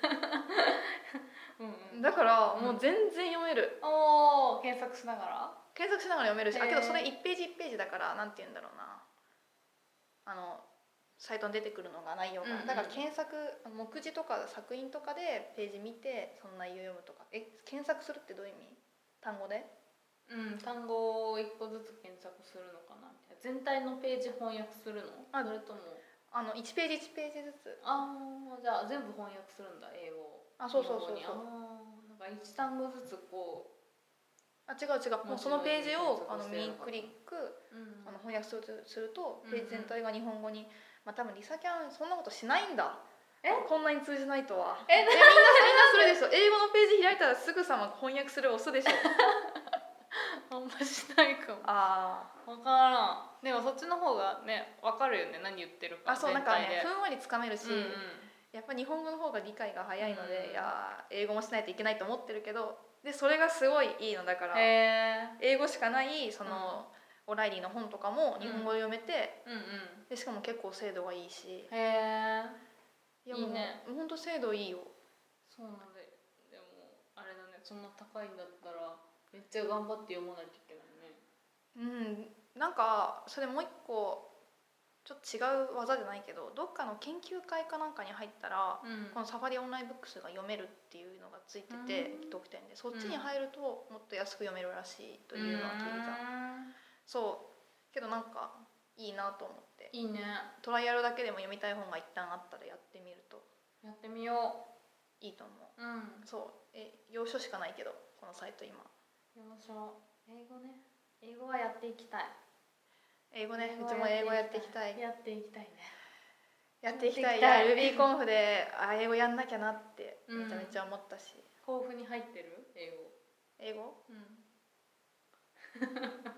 うんうん、 だからもう全然読める、 うん、おー検索しながら検索しながら読めるし、あけどそれへーいちページいちページだから、なんて言うんだろうな、あのサイトに出てくるのが内容が、 うんうん、 だから検索目次とか作品とかでページ見てその内容読むとか。え、検索するってどういう意味？単語で？ うん、単語を一個ずつ検索するのかなみたいな。全体のページ翻訳するの？ あ、 それともあのいちページいちページずつ。 ああ、じゃあ全部翻訳するんだ、英語。 あ、そうそうそうそう。 ああ、なんか一単語ずつこあ、違う違う、もうそのページをあの右クリック、 う、うん、 あの翻訳するとするとページ全体が日本語に、まあ多分リサキャンそんなことしないんだ。 え、 こんなに通じないとは。 え、 え、みんなみんなするでしょ。英語のページ開いたらすぐさま翻訳する押すでしょ。 あんましないかも。 ああ、分からん。でもそっちの方がね、分かるよね、何言ってるか。 あ、そう、なんかね、ふんわりつかめるし、 うんうん、 やっぱ日本語の方が理解が早いので、 うん、 いや英語もしないといけないと思ってるけど、でそれがすごいいいのだから、 へ英語しかないその、うん、オライリーの本とかも日本語で読めて、 うんうんうん、 でしかも結構精度がいいし、 へえ、 いやいいね、 もう本当精度いいよ。 そうなんで、でもあれだね、そんな高いんだったらめっちゃ頑張って読まないといけないね。 うん、なんかそれもう一個ちょっと違う技じゃないけど、どっかの研究会かなんかに入ったら、うん、このサファリオンラインブックスが読めるっていうのがついてて、うん、特典でそっちに入るともっと安く読めるらしいというのは聞いた、うん、そうけどなんかいいなと思って。 いいね。 トライアルだけでも読みたい本が一旦あったらやってみると、 やってみよういいと思う、 うん、 そうえ要所しかないけどこのサイト今要所、英語ね、英語はやっていきたい。 英語ね、うちも英語やっていきたい。 やっていきたいね。 やっていきたい。いや、ルビーコンフであ英語やんなきゃなってめちゃめちゃ思ったし。 抱負に入ってる？英語。 英語？うん。入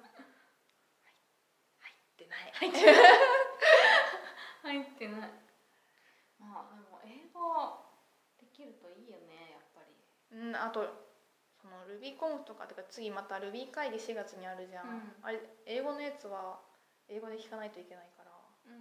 ってない。入ってない。 入ってない。まあでも英語できるといいよね、やっぱり。 うん、あとそのルビーコンフとかてか次またルビー会議しがつにあるじゃん。うん、あれ英語のやつは英語で聞かないといけないから、うん、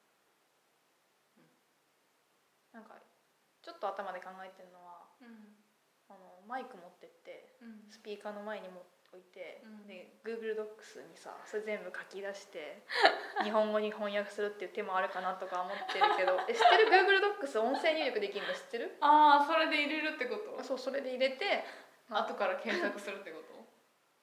なんかちょっと頭で考えてるのは、うん、あのマイク持ってって、うん、スピーカーの前に持っておいて、うん、で Google ドックスにさそれ全部書き出して日本語に翻訳するっていう手もあるかなとか思ってるけどえ知ってる Google ドックス音声入力できるの知ってる？ ああ、それで入れるってこと？ そう、それで入れて後から検索するってこと？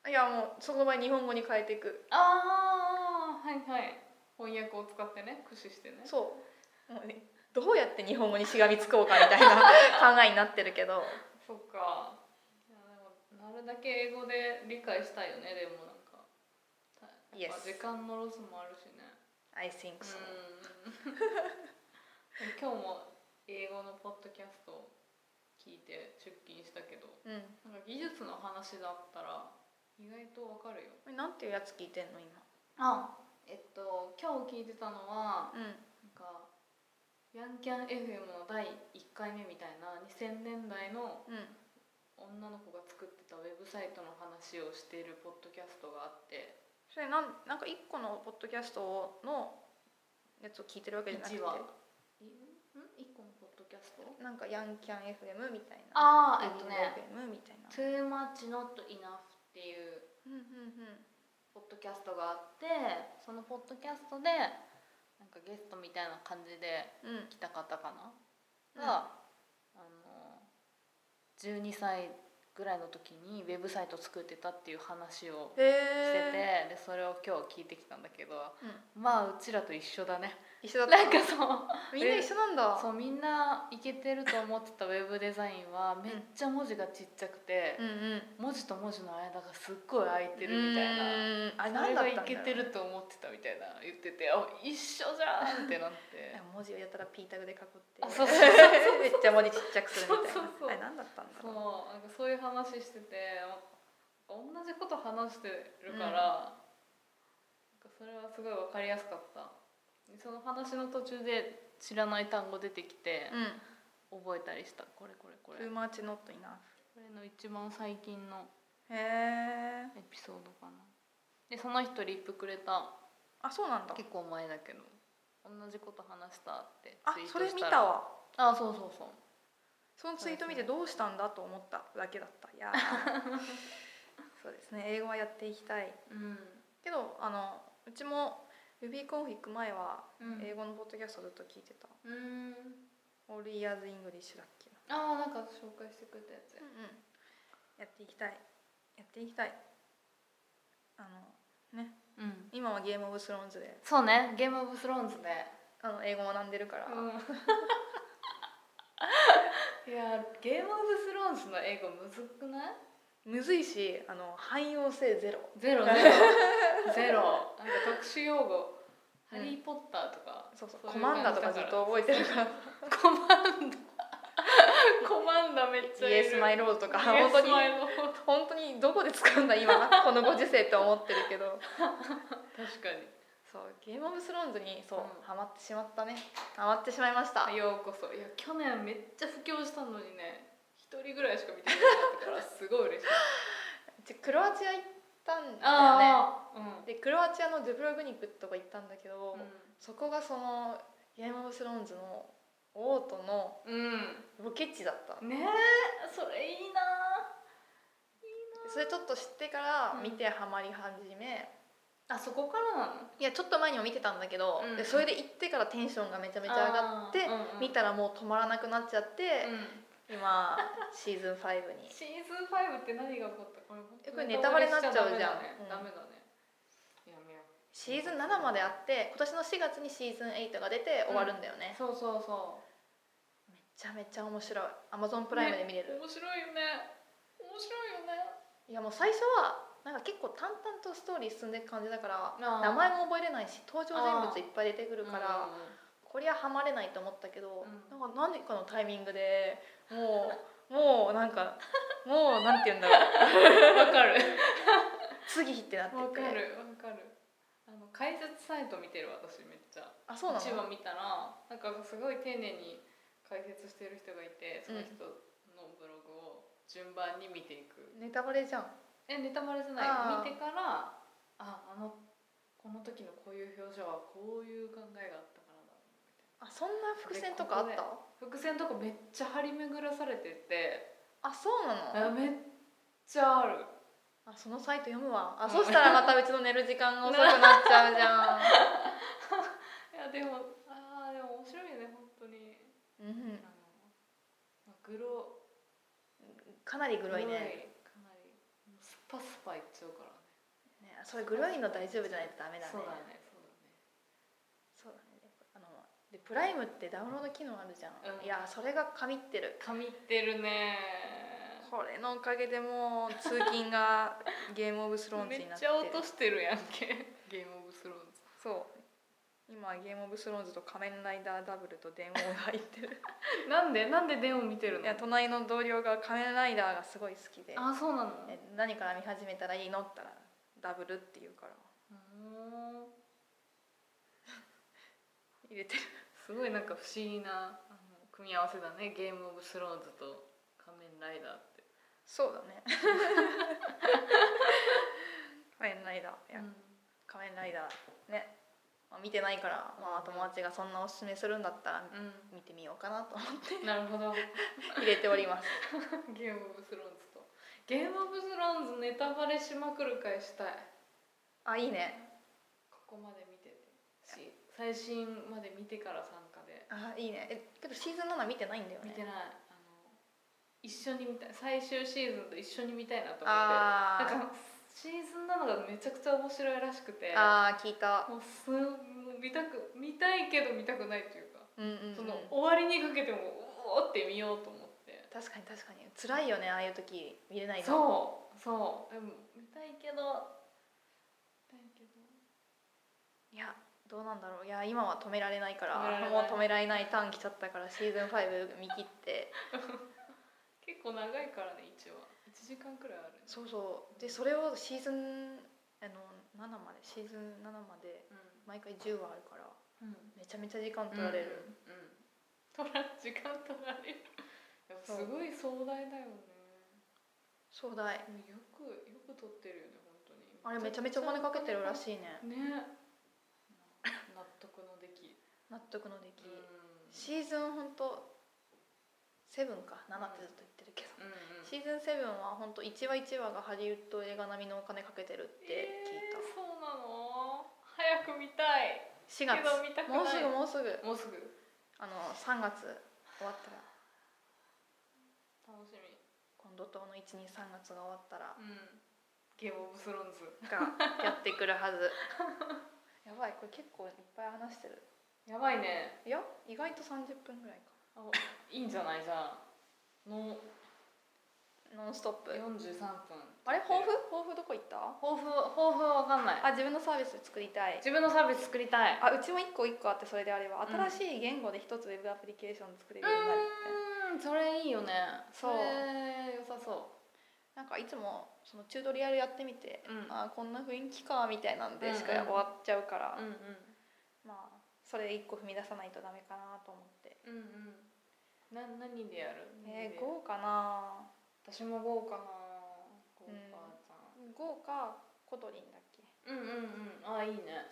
いやもうその場合日本語に変えていく。 ああ、はいはい、翻訳を使ってね、駆使してね。 そうもう、ね、どうやって日本語にしがみつこうかみたいな考えになってるけどそっか。いやでもなるだけ英語で理解したいよね。でもなんかやっぱ時間のロスもあるしね。 I think so 今日も英語のポッドキャスト聞いて出勤したけど、うん、なんか技術の話だったら意外とわかるよ。 なんていうやつ聞いてんの今？ あ、えっと今日聞いてたのは、うん、なんかヤンキャン エフエム のだいいっかいめみたいなにせんねんだいの女の子が作ってたウェブサイトの話をしているポッドキャストがあって、 それなんなんかいっこのポッドキャストのやつを聞いてるわけじゃなくて、いちわいっこのポッドキャストなんかヤンキャン エフエム みたいな、 ああ、えっとねエフエム みたいな Too much not enough っていうポッドキャストがあって、そのポッドキャストでなんかゲストみたいな感じで来た方かな、うん、が、あのじゅうにさいぐらいの時にウェブサイト作ってたっていう話をしてて、 へでそれを今日聞いてきたんだけど、 ー、うん、 まあうちらと一緒だね。 一緒だった。 なんかそうみんな一緒なんだ。 そうみんないけてると思ってたウェブデザインはめっちゃ文字がちっちゃくて、 うんうん、 文字と文字の間がすっごい空いてるみたいな、 うんあれそれ何だったんだろうがいけてると思ってたみたいな言ってて、あ一緒じゃんってなって文字をやったら P タグで囲ってあそうそうそうそうめっちゃ文字ちっちゃくするみたいな。 そうそうそうあれ何だったんだそうろなんかそういう話してて同じこと話してるから、うん、なんかそれはすごい分かりやすかった。その話の途中で知らない単語出てきて、うん、覚えたりした。これこれこれ Too much not enough これの一番最近のエピソードかな。でその人リップくれた。 あそうなんだ。 結構前だけど同じこと話したってツイートしたら、 あそれ見たわ。 あそうそうそうそのツイート見てどうしたんだと思っただけだった。いやそうですね、英語はやっていきたい、うん、けどあのうちも Ruby コンフィ行く前は英語のポッドキャストずっと聞いてた。うん、All Ears English だっけ。 ああなんか紹介してくれたやつ、うんうん、 やっていきたいやっていきたいあのね、うん、今はゲームオブスローンズで。 そうね、ゲームオブスローンズであの英語学んでるから、うん、いやゲームオブスローンズの英語むずくない？ むずいし、あの汎用性ゼロゼロゼロゼロなんか特殊用語、うん、ハリー・ポッターとか、 そうそう、コマンダとかずっと覚えてるからコマンダコマンダめっちゃいる。 イエスマイロードとか本当に本当にどこで使うんだ今このご時世って思ってるけど確かにそうゲームオブスローンズにそう、うん、ハマってしまったね。ハマってしまいました。 ようこそ。いや去年めっちゃ布教したのにね一人ぐらいしか見てなかったからすごい嬉しいクロアチア行ったんだよね、うん、でクロアチアのドゥブログニクとか行ったんだけど、うん、そこがそのゲームオブスローンズの王都のロケ地だった、 うん、ねえそれいいないいな。 それちょっと知ってから見てハマり始め、 うん、あそこからなの？ いやちょっと前にも見てたんだけど、うん、でそれで行ってからテンションがめちゃめちゃ上がって、うんうん、見たらもう止まらなくなっちゃって、うん、今シーズンファイブにシーズンファイブって何が起こった？これこれネタバレになっちゃうじゃん。 ダメだね。やめよう。 シーズンななまであって今年のしがつにシーズンエイトが出て終わるんだよね、 うん、そうそうそう。 めちゃめちゃ面白い。 Amazon プライムで見れる、 ね、面白いよね面白いよね。 いやもう最初はなんか結構淡々とストーリー進んでいく感じだから名前も覚えれないし登場人物いっぱい出てくるから、こりゃハマれないと思ったけど、うん、なんか何かのタイミングでもうもうなんかもうなんて言うんだろうわかる次ってなってて。 わかるわかる。あの解説サイト見てる私めっちゃ。 あそうなの？ いちわ見たらなんかすごい丁寧に解説してる人がいて、その人のブログを順番に見ていく、 うん、ネタバレじゃん。 えネタバレじゃない。見てからああのこの時のこういう表情はこういう考えがあったからだみたいな。 あそんな伏線とかあった？ 伏線とかめっちゃ張り巡らされてて。 あそうなの？ めっちゃある。 あそのサイト読むわ。あそしたらまたうちの寝る時間が遅くなっちゃうじゃんいやでもあでも面白いね本当に、うん、あのグロかなりグロいね。 かなりスパスパいっちゃうからね。 ねそれグロいの大丈夫じゃないとダメだね。 そうだねそうだねそうだね。あのでプライムってダウンロード機能あるじゃん、うん、いやそれが神ってる神ってるね。 これのおかげでもう通勤がゲームオブスローンズになってるめっちゃ落としてるやんけゲームオブスローンズ。 そう今ゲームオブスローンズと仮面ライダーダブルと電王が入ってるなんでなんで電王見てるの？ いや隣の同僚が仮面ライダーがすごい好きで。 あそうなの？ え何から見始めたらいいのって言ったらダブルって言うからうん入れてるすごいなんか不思議なあの組み合わせだねゲームオブスローンズと仮面ライダーって。 そうだね仮面ライダーいや、うん、仮面ライダーね、まあ、見てないから、まあ、友達がそんなおすすめするんだったら、うん、見てみようかなと思ってなるほど入れておりますゲームオブスローンズとゲームオブスローンズネタバレしまくる会したい。 あいいね。 ここまで見ててし最新まで見てから参加で。 あいいね。えけどシーズンなな見てないんだよね。 見てない。あの一緒に見たい、最終シーズンと一緒に見たいなと思って、 あなんかシーズンなのがめちゃくちゃ面白いらしくて、 あー聞いた。 もうすもう見たく見たいけど見たくないというか、 うんうんうん、 その終わりにかけてもうおーって見ようと思って。 確かに確かに辛いよね、ああいう時見れないの。 そうそうでも見たいけど見たいけどいやどうなんだろう。いや今は止められないから、 止められないもう止められないターン来ちゃったからシーズンファイブ見切って結構長いからね、いちわいちじかんくらいある、ね、 そうそうでそれをシーズンあのななまでシーズンななまで毎回じゅうわあるから、 うん、 めちゃめちゃ時間取られる、 うんうんうん、取ら時間取られるすごい壮大だよね。 壮大。 よくよく撮ってるよね本当に。 あれめちゃめちゃお金かけてるらしいね。 ね納得の出来納得の出来、 うん、 シーズンほんとセブンかななってずっと言ってるけど、 うんうん、 シーズンセブンはほんといちわいちわがハリウッド映画並みのお金かけてるって聞いた、 えー、そうなの。早く見たい。 しがつけど見たくない。 もうすぐもうすぐもうすぐあのさんがつ終わったら楽しみ。 今度とのいちにさんがつが終わったら、 うん、ゲームオブスローンズがやってくるはずやばいこれ結構いっぱい話してる。 やばいね。 いや意外とさんじゅっぷんぐらいか。 あいいんじゃないじゃあのノンストップよんじゅうさんぷん。 あれ抱負抱負どこ行った？ 抱負抱負は分かんない。 あ自分のサービス作りたい。 自分のサービス作りたい。 あうちも一個一個あって、それであれば新しい言語で一つウェブアプリケーション作れるようになるみたいな。 うんそれいいよね。 そうそれ良さそなんかいつもそのチュートリアルやってみて、 うんあこんな雰囲気かみたいなんでしかうんうん終わっちゃうから、 う。うんうんまあそれ一個踏み出さないとダメかなと思って。 うんうんな何でやる？ えー、ゴーかな。 私もゴーかな。ゴーかーちゃん。 ゴーかコトリンだっけ。 うんうんうんあいいね。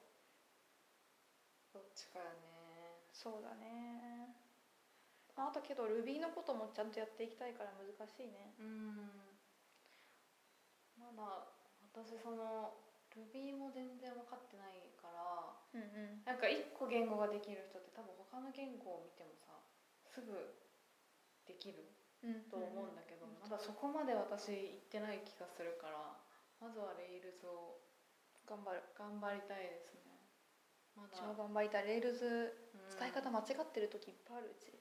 そうどっちかやね。 そうだね。あとけど Ruby のこともちゃんとやっていきたいから難しいね。 うんまだ私その Ruby も全然分かってないから、 うんうん、 なんか一個言語ができる人って多分他の言語を見てもさすぐできると思うんだけど、まだそこまで私行ってない気がするから、まずは Rails を頑張る頑張りたいですね。まだうちも頑張りたい。Rails使い方間違ってる時いっぱいあるうち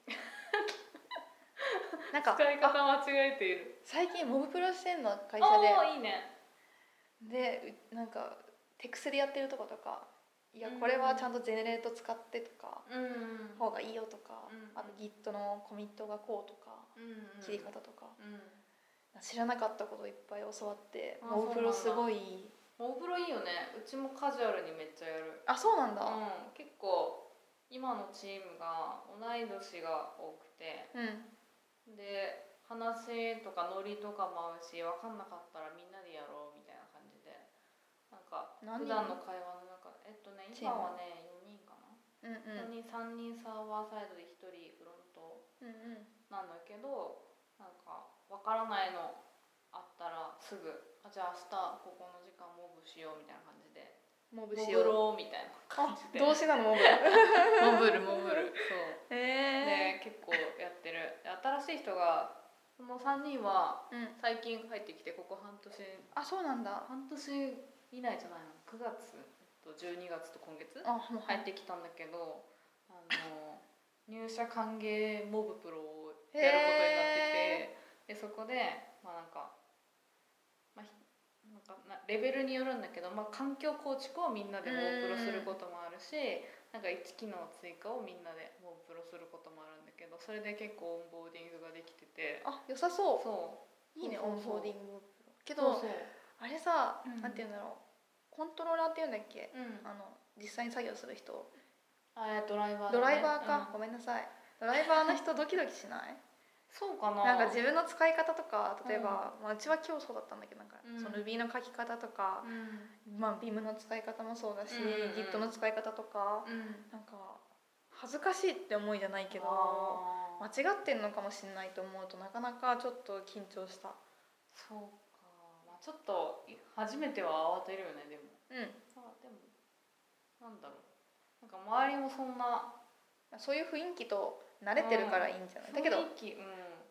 なんか使い方間違えている。 最近モブプロしてんの会社で。 おーいいね。 でなんかテクスでやってるとことか、いやこれはちゃんとジェネレート使ってとか、 うんうん、 方がいいよとか、 うん、 あと Git のコミットがこうとか、 うんうん、 切り方とか、 うん、 知らなかったこといっぱい教わって、 あモブプロすごいいい。 モブプロいいよね。うちもカジュアルにめっちゃやる。 あそうなんだ、 うん、結構今のチームが同い年が多くて、 うん、 で話とかノリとかも合うし、分かんなかったらみんなでやろうみたいな感じで、なんか普段の会話の中でえっとね今はねよにんかな、 うんうん、 よにんさんにんサーバーサイドでひとりフロントなんだけど、なんか分からないのあったらすぐあじゃあ明日ここの時間モブしようみたいな感じでモブしようモブろうみたいな感じで。 動詞なのモブモブるモブるそうへえで結構やってる。新しい人がこのさんにんは最近入ってきて、ここ半年、 あそうなんだ、 半年以内じゃないの、くがつとじゅうにがつと今月あもう入ってきたんだけど、あの入社歓迎モブプロをやることになってて、でそこでまあなんか、まあ、なんかなレベルによるんだけど、まあ、環境構築をみんなでモブプロすることもあるし、なんかいち機能追加をみんなでモブプロすることもあるんだけど、それで結構オンボーディングができてて、 あ良さそう。 そういいね、 そうそうそうオンボーディングけどそうそうあれさ、 うんなんていうんだろう、コントローラーっていうんだっけ、 うんあの実際に作業する人、 あドライバーだね、 ドライバーか、 うんごめんなさい、ドライバーの人ドキドキしないそうかな。 なんか自分の使い方とか、例えば、うんまあ、うちは今日そうだったんだけど、なんか、 うん、 その Ruby の書き方とか、 うんまあ、Vim の使い方もそうだし、 うんうんうん、 Git の使い方とか、 うん、 なんか恥ずかしいって思いじゃないけど、間違ってんのかもしれないと思うとなかなかちょっと緊張した。 そうか、まあ、ちょっと初めては慌てるよね。でもうんあでもなんだろう、なんか周りもそんなそういう雰囲気と慣れてるからいいんじゃない、 うん、 だけど雰囲気、うん、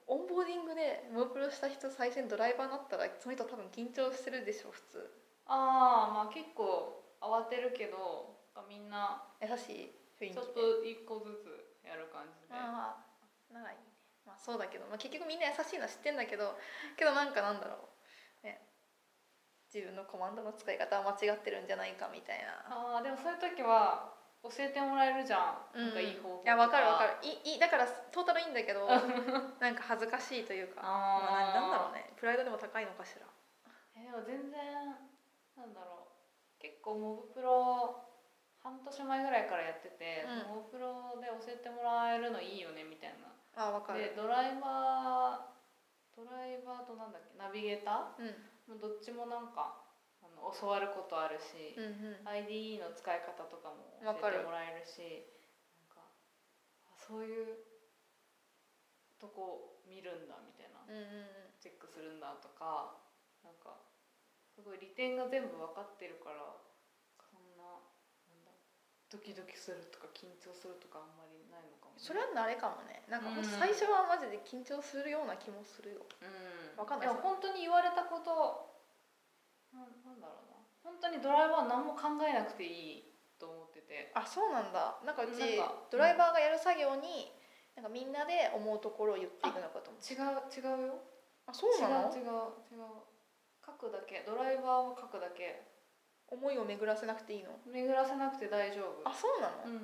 オンボーディングでモブプロした人最初にドライバーになったらその人多分緊張してるでしょ普通。 ああまあ結構慌てるけどみんな優しい雰囲気でちょっと一個ずつやる感じで。 ああならいいね。まあそうだけど、まあ、結局みんな優しいのは知ってんだけどけどなんかなんだろうね、自分のコマンドの使い方は間違ってるんじゃないかみたいな。 ああでもそういう時は教えてもらえるじゃん、うん、なんかいい方法とか。 いや分かる分かるいいだからトータルいいんだけどなんか恥ずかしいというかあ、まあ、なんだろうねプライドでも高いのかしら。 えでも全然なんだろう結構モブプロ半年前ぐらいからやってて、うん、モブプロで教えてもらえるのいいよねみたいな。 あ分かる。 でドライバードライバーとなんだっけナビゲーター、うん、どっちもなんかあの教わることあるし、うんうん、アイディーイー の使い方とかも教えてもらえるし、なんかそういうとこ見るんだみたいな、うんうんうん、チェックするんだとかなんかすごい利点が全部分かってるからそんな、なんだドキドキするとか緊張するとかあんまりないのかも、ね、 それはあれかもね。なんか最初はマジで緊張するような気もするよ、うん、分かんない。 いや本当に言われたことな, なんだろうな本当にドライバー何も考えなくていいと思ってて。 あそうなんだ。なんかうちドライバーがやる作業になんかみんなで思うところを言っていくのかと思う。 違う違うよ。 あそうなの。 違う違う違う書くだけ。ドライバーを書くだけ。 思いを巡らせなくていいの。 巡らせなくて大丈夫。 あそうなの、 うんうん、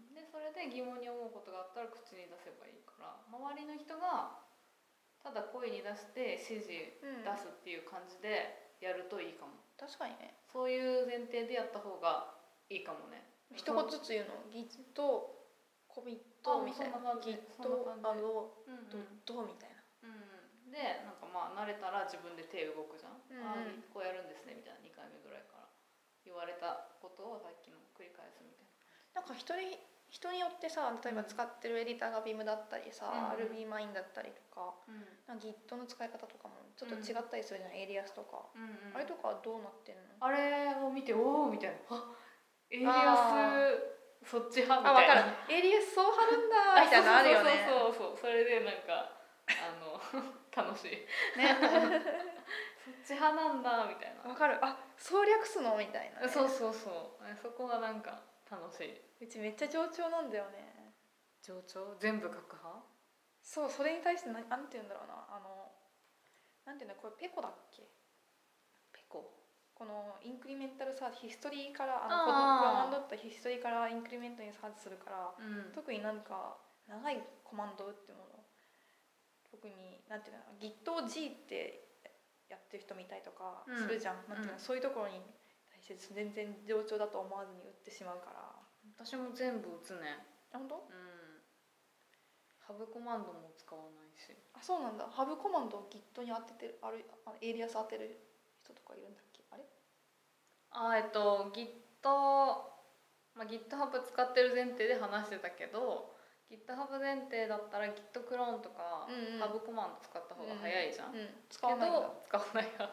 でそれで疑問に思うことがあったら口に出せばいいから周りの人がただ声に出して指示出すっていう感じでやるといいかも、うん、 確かにね。 そういう前提でやった方がいいかもね。 一言ずつ言うの。Git、コミットみたいな。Git、アド、ドットみたいな。 うん、でなんかまあ慣れたら自分で手動くじゃん、うん、ああこうやるんですねみたいなにかいめぐらいから言われたことをさっきの繰り返すみたいな。なんか人に人によってさ例えば使ってるエディターが Vim だったりさ、うん、RubyMine だったりとか、うん、なんか Git の使い方とかもちょっと違ったりするじゃん、うん、エイリアスとか、うんうん、あれとかはどうなってんの。 あれを見ておおみたいなあエイリアスそっち派みたいな。 あ分かるエイリアスそう貼るんだみたいなのあるよね。 そうそうそうそうそれでなんかあの楽しいねそっち派なんだみたいな。 わかる。あそう略すのみたいな、ね、 そうそうそうそこがなんか楽しい。 うちめっちゃ冗長なんだよね。 冗長全部書く派。 そうそれに対して何なんて言うんだろうなあのなんていうのこれペコだっけ。 ペコこのインクリメンタルサーチヒストリーからあのコマンドだったヒストリーからインクリメントにサーチするから、うん、特になんか長いコマンドってもの特になんていうの Git を G ってやってる人見たりとかするじゃん、うん、なんていうの、うん、そういうところに対して全然冗長だと思わずに打ってしまうから。 私も全部打つね。 あ本当？ うんハブコマンドも使わないし。 あそうなんだ。ハブコマンドを Git に当ててるあるあエイリアス当てる人とかいるんだっけ。あれあえっと Git、まあ、GitHub 使ってる前提で話してたけどGitHub 前提だったら Git クローンとか、うんうん、ハブコマンド使った方が早いじゃん、うんうん、使わないんだ。使わないや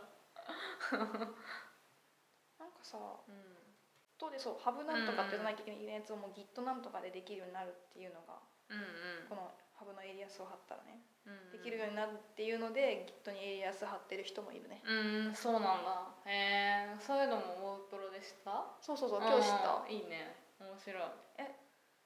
なんかさ、うん、どうでそうハブなんとかって言わなきゃいけないやつをもう Git なんとかでできるようになるっていうのが、うんうん、このハブのエイリアスを貼ったらね、うんうん、できるようになるっていうので Git にエイリアス貼ってる人もいるね。 うんそうなんだ。へえそういうのもモブプロでした。 そうそうそう今日知った。 いいね面白い。え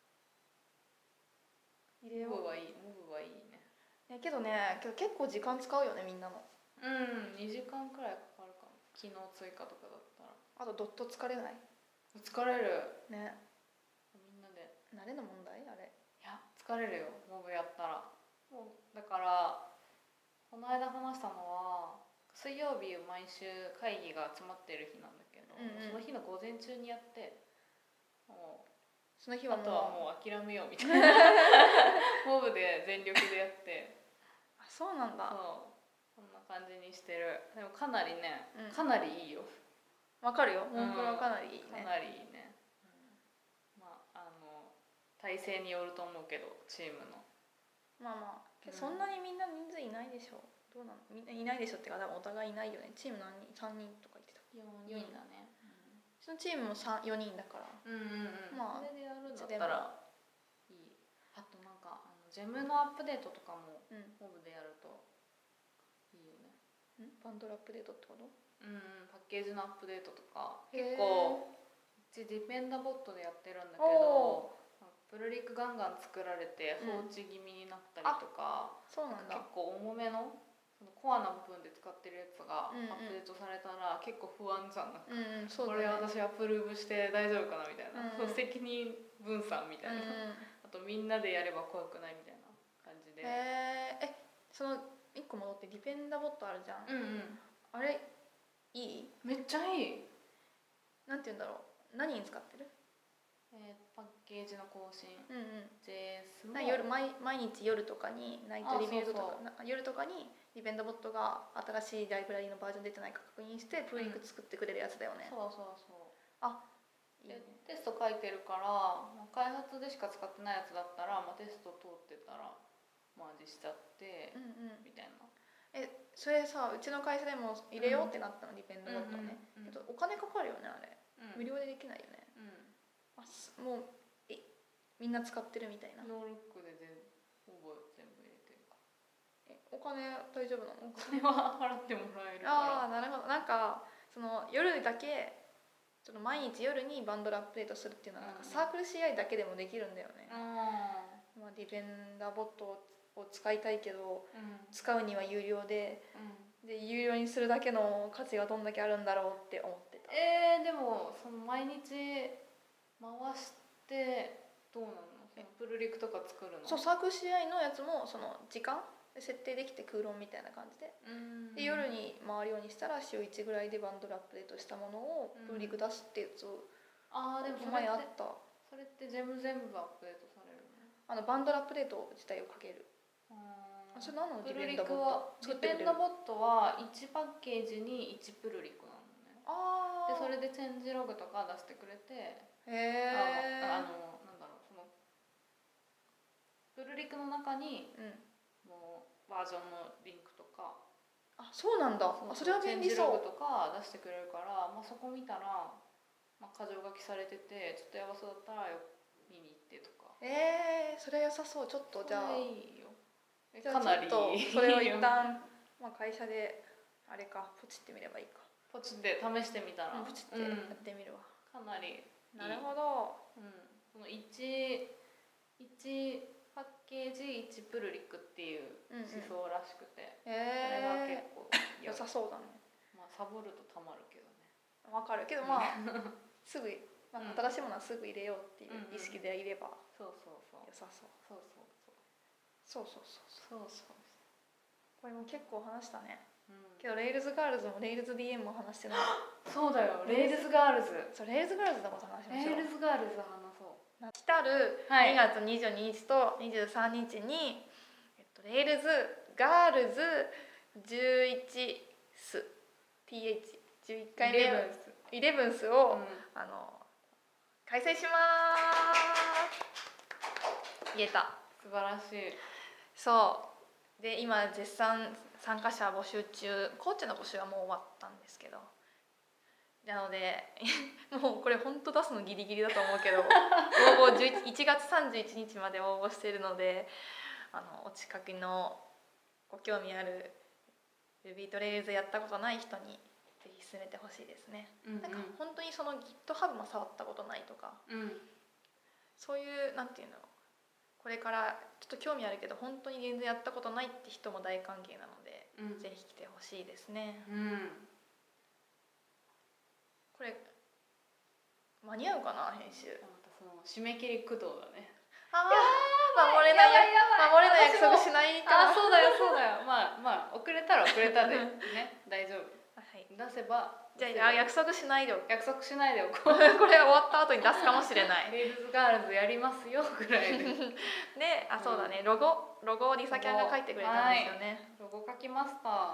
入れよう。モブはいいモブはいいね。 ねけどねけど結構時間使うよねみんなの。 うんにじかんくらいかかるかも機能追加とかだったら。 あとドット疲れない。 疲れるね。 みんなで慣れの問題あれ。 いや疲れるよモブやったら。もうだからこの間話したのは水曜日毎週会議が集まってる日なんだけど、うんうん、その日の午前中にやってもうその日はもうあとはもう諦めようみたいなモブで全力でやってあそうなんだ。 そうこんな感じにしてる。でもかなりね、うん、かなりいいよ。 わかるよモンプロかなりいいね、 うん、かなりいいね、うん、まああの体制によると思うけどチームのまあまあ、うん、そんなにみんな人数いないでしょ。どうなのみんないないでしょってか多分お互いいないよね。チーム何人さんにんとか言ってた。 よにんだね、うん、 そのチームもよにんだから、 うんうんうん、まあそれでやるんだったらいい。あとなんかあの自ジェムのアップデートとかもうんモブでやるといいよね。 んバンドルアップデートってこと？ うんうん、パッケージのアップデートとかへー結構うちディペンダボットでやってるんだけおど、プルリクガンガン作られてうん放置気味になったりとか、 そうなんだ。 結構重めのそのコアな部分で使ってるやつがアうんうんップデートされたら結構不安じゃん。なんかうんうん、そうこだね。 れ私アプローブして大丈夫かなみたいな、 うんうん責任分散みたいな、 うんあとみんなでやれば怖くないみたいな感じで。 へえ、え、その一個戻ってディペンダボットあるじゃん。 うんうん、 あれいい？ めっちゃいい。 なんて言うんだろう。何に使ってる？ えーパッケージの更新、 うんうん。 ジェイエス もな夜毎毎日夜とかにナイトリビルドとかあそうそうな夜とかにディペンダボットが新しいライブラリのバージョン出てないか確認してプルリク作ってくれるやつだよね。 そうそうそう。 あ、いいでね。 テスト書いてるから、まあ開発でしか使ってないやつだったら、まあ、テスト通ってたらマージしちゃって、 うんうん。 みたいな。 え、それさ、うちの会社でも入れようってなったの、ディペンダボットね。 うんうんうんけどお金かかるよねあれ。 うん、 無料でできないよね。 うん、 あ、すもうえみんな使ってるみたいな。 ノールックで全ほぼ全部入れてるかえ、お金大丈夫なの？ ら。お金は払ってもらえるから。 ああ、なるほど。なんかその夜だけちょっと毎日夜にバンドルアップデートするっていうのはなんかサークル シーアイ だけでもできるんだよね。 あまあ、ディペンダーボットを使いたいけどー、うん使うには有料で、 うん。 で有料にするだけの価値がどんだけあるんだろうって思ってた。 えー、でもその毎日回してどうなの？そのプルリクとか作るの？ そう、サークル シーアイ のやつもその時間で設定できて空論みたいな感じで、 うんで夜に回るようにしたら週いちぐらいでバンドルアップデートしたものをプルリク出すってやつをあーでもそれ前あっってた。 それって全部全部アップデートされるの？ あのバンドルアップデート自体をかける。 ああ、それ何のプルディペンリクはダボットディペンダボットはいちパッケージにいちプルリクなのね。 ああ。 でそれでチェンジログとか出してくれて、 へえ。 ああのなんだろう、そのプルリクの中にうん。 もうバージョンのリンクとか、 あ、そうなんだ。あ、それは便利そう。 チェンジログとか出してくれるから、まあ、そこ見たら、まあ、箇条書きされててちょっとやばそうだったらよ見に行ってとか。 ええー、それ良さそう。ちょっとじゃあ。 それいいよ。 じゃあかなりちょっとそれを一旦まあ会社であれかポチってみればいいか。 ポチって試してみたら、 うん、ポチってやってみるわ。 かなりいい。 なるほど。 うん、そのいち、いちパッケージいちプルリクっていう思想らしくて、 うんうん、へえー、 それが結構良さそうだね。 まあサボるとたまるけどね。 わかるけどまあすぐなんか新しいものはすぐ入れようっていう意識でいれば、 そうそうそう良さそう。 そうそうそうそうそうそうそうそう。 これも結構話したね。 うん、 けどレイルズガールズもレイルズ ディーエム も話してない。 そうだよ、レイルズガールズ。 そう、レイルズガールズのこと話しましょう。 レイルズガールズ話そう。 来たるにがつにじゅうににちとにじゅうさんにちに、えっと、レイルズガールズじゅういちス ティーエイチじゅういっかいめイレブンスを、うん、あの開催します言えた。 素晴らしい。 そうで今絶賛参加者募集中。コーチの募集はもう終わったんですけど、なのでもうこれ本当出すのギリギリだと思うけど応募いちがつさんじゅういちにちまで応募しているので、あのお近くのご興味ある Ruby と Rails やったことない人にぜひ進めてほしいですね。うんうん、なんか本当にその GitHub も触ったことないとか、うん、そういうなんていうの、これからちょっと興味あるけど本当に全然やったことないって人も大歓迎なので、うん、ぜひ来てほしいですね。うん、これ間に合うかな編集。 またその締め切り駆動だね。 ああ、守れない守れない約束しないから。あ、そうだよそうだよ。まあまあ遅れたら遅れたでね大丈夫。はい、出せば。 じゃあ約束しないでおく。 約束しないでおこう。 これ終わった後に出すかもしれない。 レールズガールズやりますよぐらいで。 で、あ、そうだね、ロゴロゴをリサキャンが書いてくれたんですよね。 ロゴ書きました。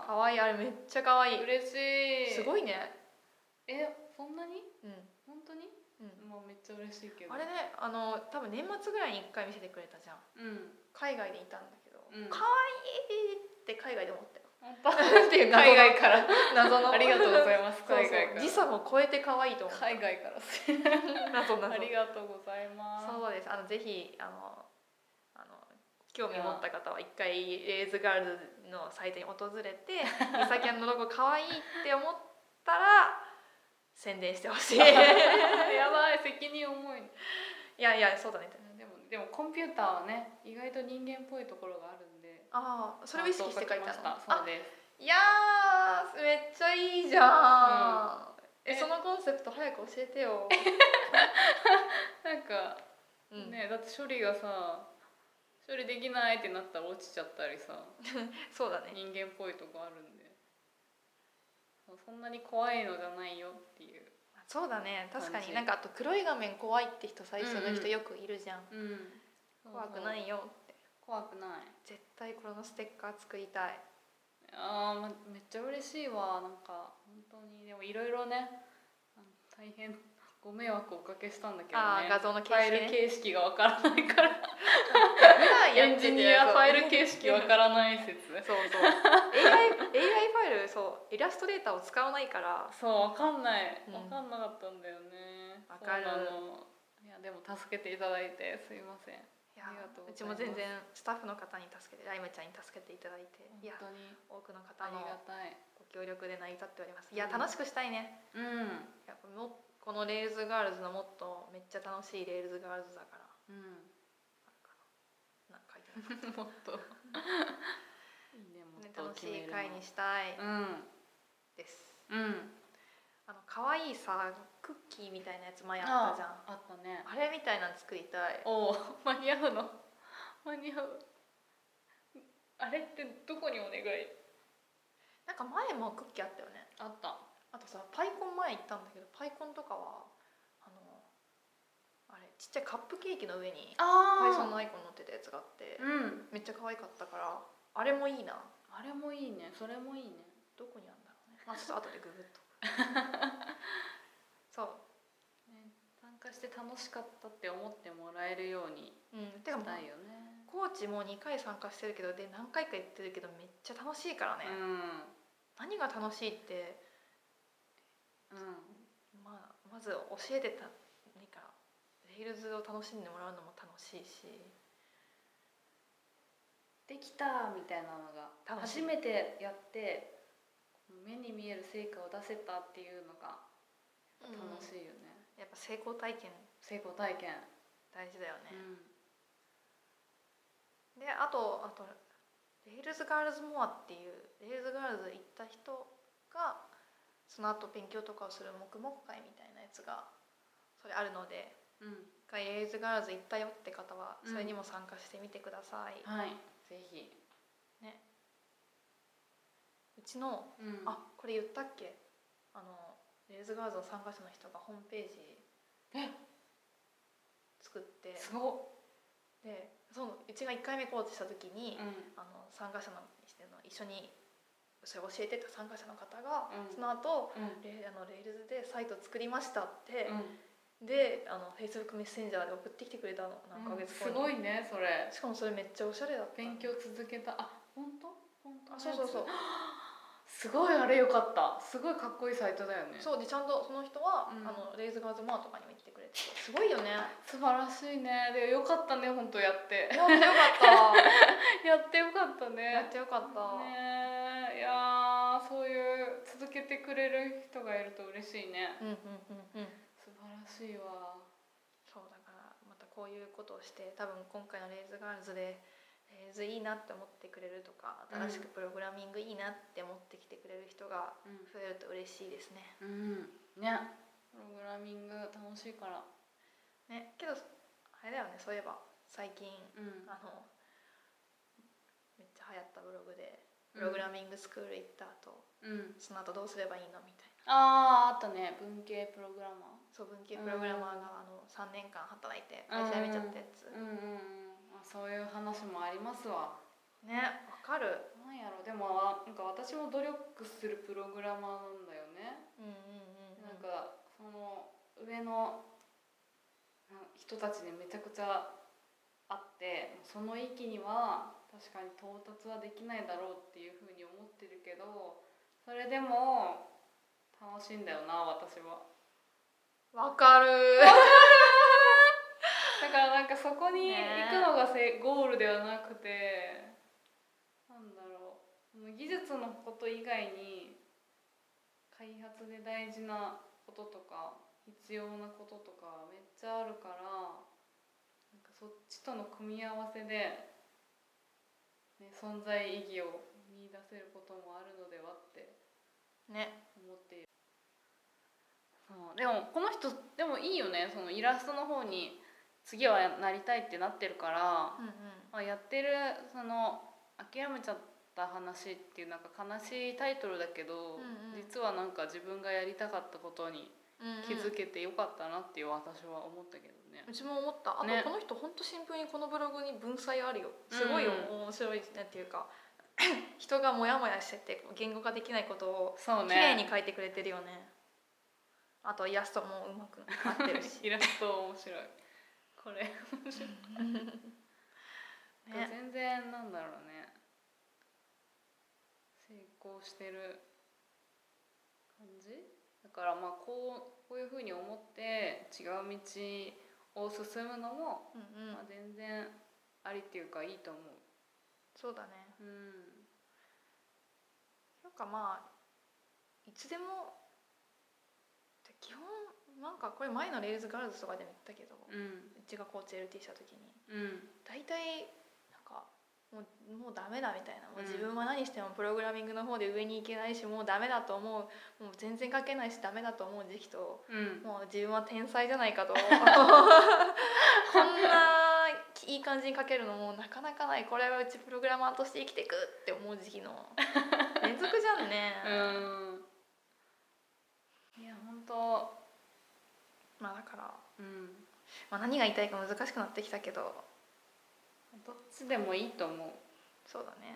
可愛い、あれめっちゃ可愛い。 嬉しい。 すごいね。 え、そんなに？うん。本当に？ うん。 もうめっちゃ嬉しいけど。 あれね、あの多分年末ぐらいに一回見せてくれたじゃん。うん。海外でいたんだけど、うん、可愛いって海外で思ったよ。 っていう海外から謎のありがとうございます。海外から時差も超えて可愛いと思う。 海外から謎謎ありがとうございます。 そうです。あのぜひあのあの興味持った方は一回レイズガールズのサイトに訪れてリサキャンのロゴかわいいって思ったら宣伝してほしいやばい責任重い。 いやいやそうだね。 でもでもコンピューターはね意外と人間っぽいところがあるんで。 ああそれを意識して書いたの。 そうです。 いやーめっちゃいいじゃん、うん、えそのコンセプト早く教えてよなんか、うん、ねだって処理がさ処理できないってなったら落ちちゃったりさそうだね人間っぽいとこあるんでそんなに怖いのじゃないよっていう。 そうだね確かになんかあと黒い画面怖いって人最初の人よくいるじゃん、うんうん、怖くないよって怖くない絶対このステッカー作りたい。 あー、ま、めっちゃ嬉しいわなんか本当にでもいろいろね大変ご迷惑をおかけしたんだけどね。 あ画像の形式、 ね、ファイル形式がわからないからエンジニアファイル形式わからない説そうそうエーアイ, エーアイ ファイルそうイラストレーターを使わないからそうわかんないわかんなかったんだよね。わ、うん、かるのいやでも助けていただいてすいません。 いやうちも全然スタッフの方に助けてライムちゃんに助けていただいていや多くの方のご協力で成り立っております。いや楽しくしたいね。うん、やっぱもこのレールズガールズのモットーめっちゃ楽しいレールズガールズだから。うん。なんか書いてなかった。もっといいねもっと楽しい回にしたい。うん。です。うん。あの可愛いさクッキーみたいなやつ前あったじゃん。あ, あったね。 あれみたいなの作りたい。 おお間に合うの間に合う。あれってどこにお願い。 なんか前もクッキーあったよね。 あった。 あとさパイコン前行ったんだけどパイコンとかはあのあれちっちゃいカップケーキの上にパイソンのアイコン乗ってたやつがあって、うん、めっちゃ可愛かったからあれもいいな。 あれもいいねそれもいいね。 どこにあるんだろうね。まあちょっと後でググっとそう、 ね、参加して楽しかったって思ってもらえるようにしたいよね。 コーチもにかい参加してるけどで何回か行ってるけどめっちゃ楽しいからね、うん、何が楽しいって、うんまあ、まず教えてた何かレールズを楽しんでもらうのも楽しいしできたみたいなのが初めてやって目に見える成果を出せたっていうのが楽しいよね、 うん、やっぱ成功体験成功体験大事だよね、うん、であとあとレールズガールズモアっていうレールズガールズ行った人がその後勉強とかをする黙々会みたいなやつがそれあるので、うん、一回レールズガールズ行ったよって方はそれにも参加してみてください、 うん、はいぜひねうちの、うん、あこれ言ったっけあのレールズガールズの参加者の人がホームページ作ってすごっでそのうちがいっかいめコーチした時に、うん、あの参加者の一緒にそれを教えてた参加者の方が、うん、その後、うん、レ, あのレールズでサイト作りましたって、うん、であの Facebook メッセンジャーで送ってきてくれたの何ヶ月後に、 すごいねそれ。 しかもそれめっちゃおしゃれだった。 勉強続けた。あ本当本当。 あそうそうそうすごいあれよかった。すごいかっこいいサイトだよね。 そうでちゃんとその人は、うん、あのレイズガーズモアとかにも行ってくれてすごいよね。 素晴らしいね。でよかったね本当やってやってよかったやってよかったね。 やってよかったね。いやそういう続けてくれる人がいると嬉しいね。うんうんうんうん。素晴らしいわ。 そうだからまたこういうことをして多分今回のレイズガールズでレーズいいなって思ってくれるとか新しくプログラミングいいなって思ってきてくれる人が増えると嬉しいですね。 うん、ねプログラミング楽しいからね。けどあれだよねそういえば最近、うん、あのめっちゃ流行ったブログでプログラミングスクール行った後、うん、その後どうすればいいのみたいな。あーあったね文系プログラマー。 そう文系プログラマーが、うん、あのさんねんかん働いて会社辞めちゃったやつ。うんうんうんそういう話もありますわね。わかる。 なんやろでもなんか私も努力するプログラマーなんだよね。うんうんうん、うん、なんかその上の人たちにめちゃくちゃあってその域には確かに到達はできないだろうっていうふうに思ってるけどそれでも楽しいんだよな私は。 わかるだからなんかそこに行くのがせゴールではなくて、なんだろう、技術のこと以外に開発で大事なこととか必要なこととかめっちゃあるから、なんかそっちとの組み合わせで、ね、存在意義を見出せることもあるのではってね思っている。そうでもこの人でもいいよね、そのイラストの方に次はなりたいってなってるから、 うんうんまあ、やってるその諦めちゃった話っていうなんか悲しいタイトルだけど、 うんうん、 実はなんか自分がやりたかったことに気づけてよかったなっていう私は思ったけどね。 うんうん、うちも思った。あと、 ね、 この人ほんとシンプルにこのブログに文才あるよ。すごい面白いねっていうか、人がモヤモヤしてて言語化できないことを綺麗に書いてくれてるよね。あとイラストもうまくなってるしイラスト面白い、これ面白いね、全然なんだろうね、成功してる感じだから、まあこうこういうふうに思って違う道を進むのも、 うんうん、 まあ、全然ありっていうかいいと思う。 そうだね。 うん、 なんかまあいつでも基本なんかこれ前のレールズガールズとかでも言ったけど、 うん、 うちがコーチ エルティー した時に、 うん、 大体なんかもうもうダメだみたいな、もう自分は何してもプログラミングの方で上に行けないし、もうダメだと思う、もう全然書けないしダメだと思う時期と、 うん、 もう自分は天才じゃないかとこんないい感じに書けるのもなかなかない、これはうちプログラマーとして生きていくって思う時期の連続じゃんね。 うん、いや本当まあだから、 うんまあ、何が言いたいか難しくなってきたけど、 どっちでもいいと思う。 そうだね、 うん、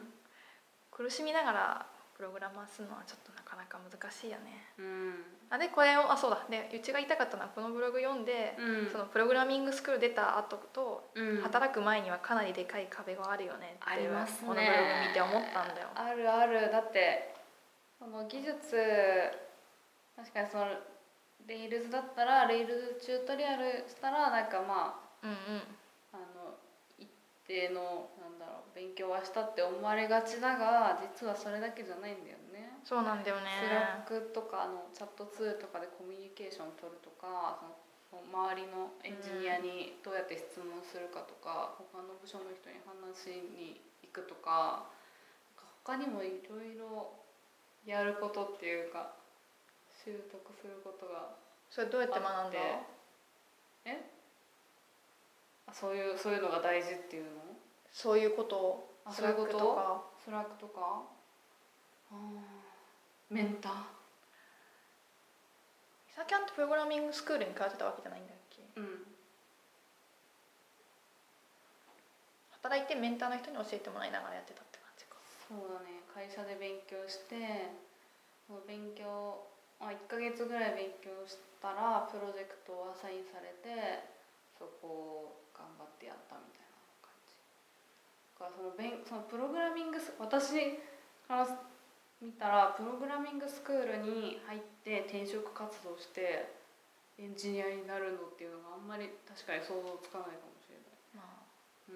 苦しみながらプログラマーするのはちょっとなかなか難しいよね。 うん、 あでこれをあそうだでうちが言いたかったのは、このブログ読んで、うん、そのプログラミングスクール出た後と、うん、働く前にはかなりでかい壁があるよねっていう、 ますね、 このブログ見て思ったんだよ。 あるある。だってその技術、確かにそのレイルズだったらレイルズチュートリアルしたらなんかまあ、うんうん、あの一定のなんだろう勉強はしたって思われがちだが、実はそれだけじゃないんだよね。 そうなんだよね。 スラックとかあのチャットツールとかでコミュニケーションを取るとか、その周りのエンジニアにどうやって質問するかとか、うん、他の部署の人に話に行くとか、他にもいろいろやることっていうか習得することがあって。 それどうやって学んだ？ え？あ、そういうそういうのが大事っていうの？ そういうことをスラックとかスラックとか、あ、メンター。 美咲ちゃんってプログラミングスクールに通ってたわけじゃないんだっけ？ うん。 働いてメンターの人に教えてもらいながらやってたって感じか。 そうだね。会社で勉強して、もう勉強あいっかげつぐらい勉強したらプロジェクトをアサインされて、そこを頑張ってやったみたいな感じ。だからその勉そのプログラミングス私から見たらプログラミングスクールに入って転職活動してエンジニアになるのっていうのがあんまり確かに想像つかないかもしれない。まあ、うん。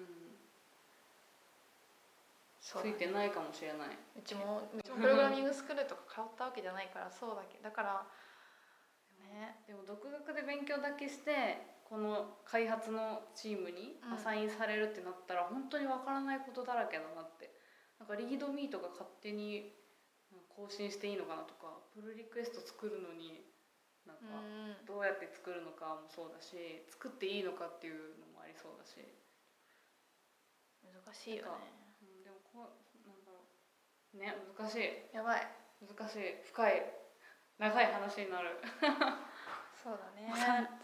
ついてないかもしれない。 うちもうちもプログラミングスクールとか通ったわけじゃないからそうだけど、だからね。でも独学で勉強だけしてこの開発のチームにアサインされるってなったら、うん、本当にわからないことだらけだなって。なんかリードミーとか勝手に更新していいのかなとか、プルリクエスト作るのになんかどうやって作るのかもそうだし、作っていいのかっていうのもありそうだし、 難しいよね。 うん、でもこうなんだろうね、難しい。 やばい。 難しい。深い。長い話になる。 そうだね。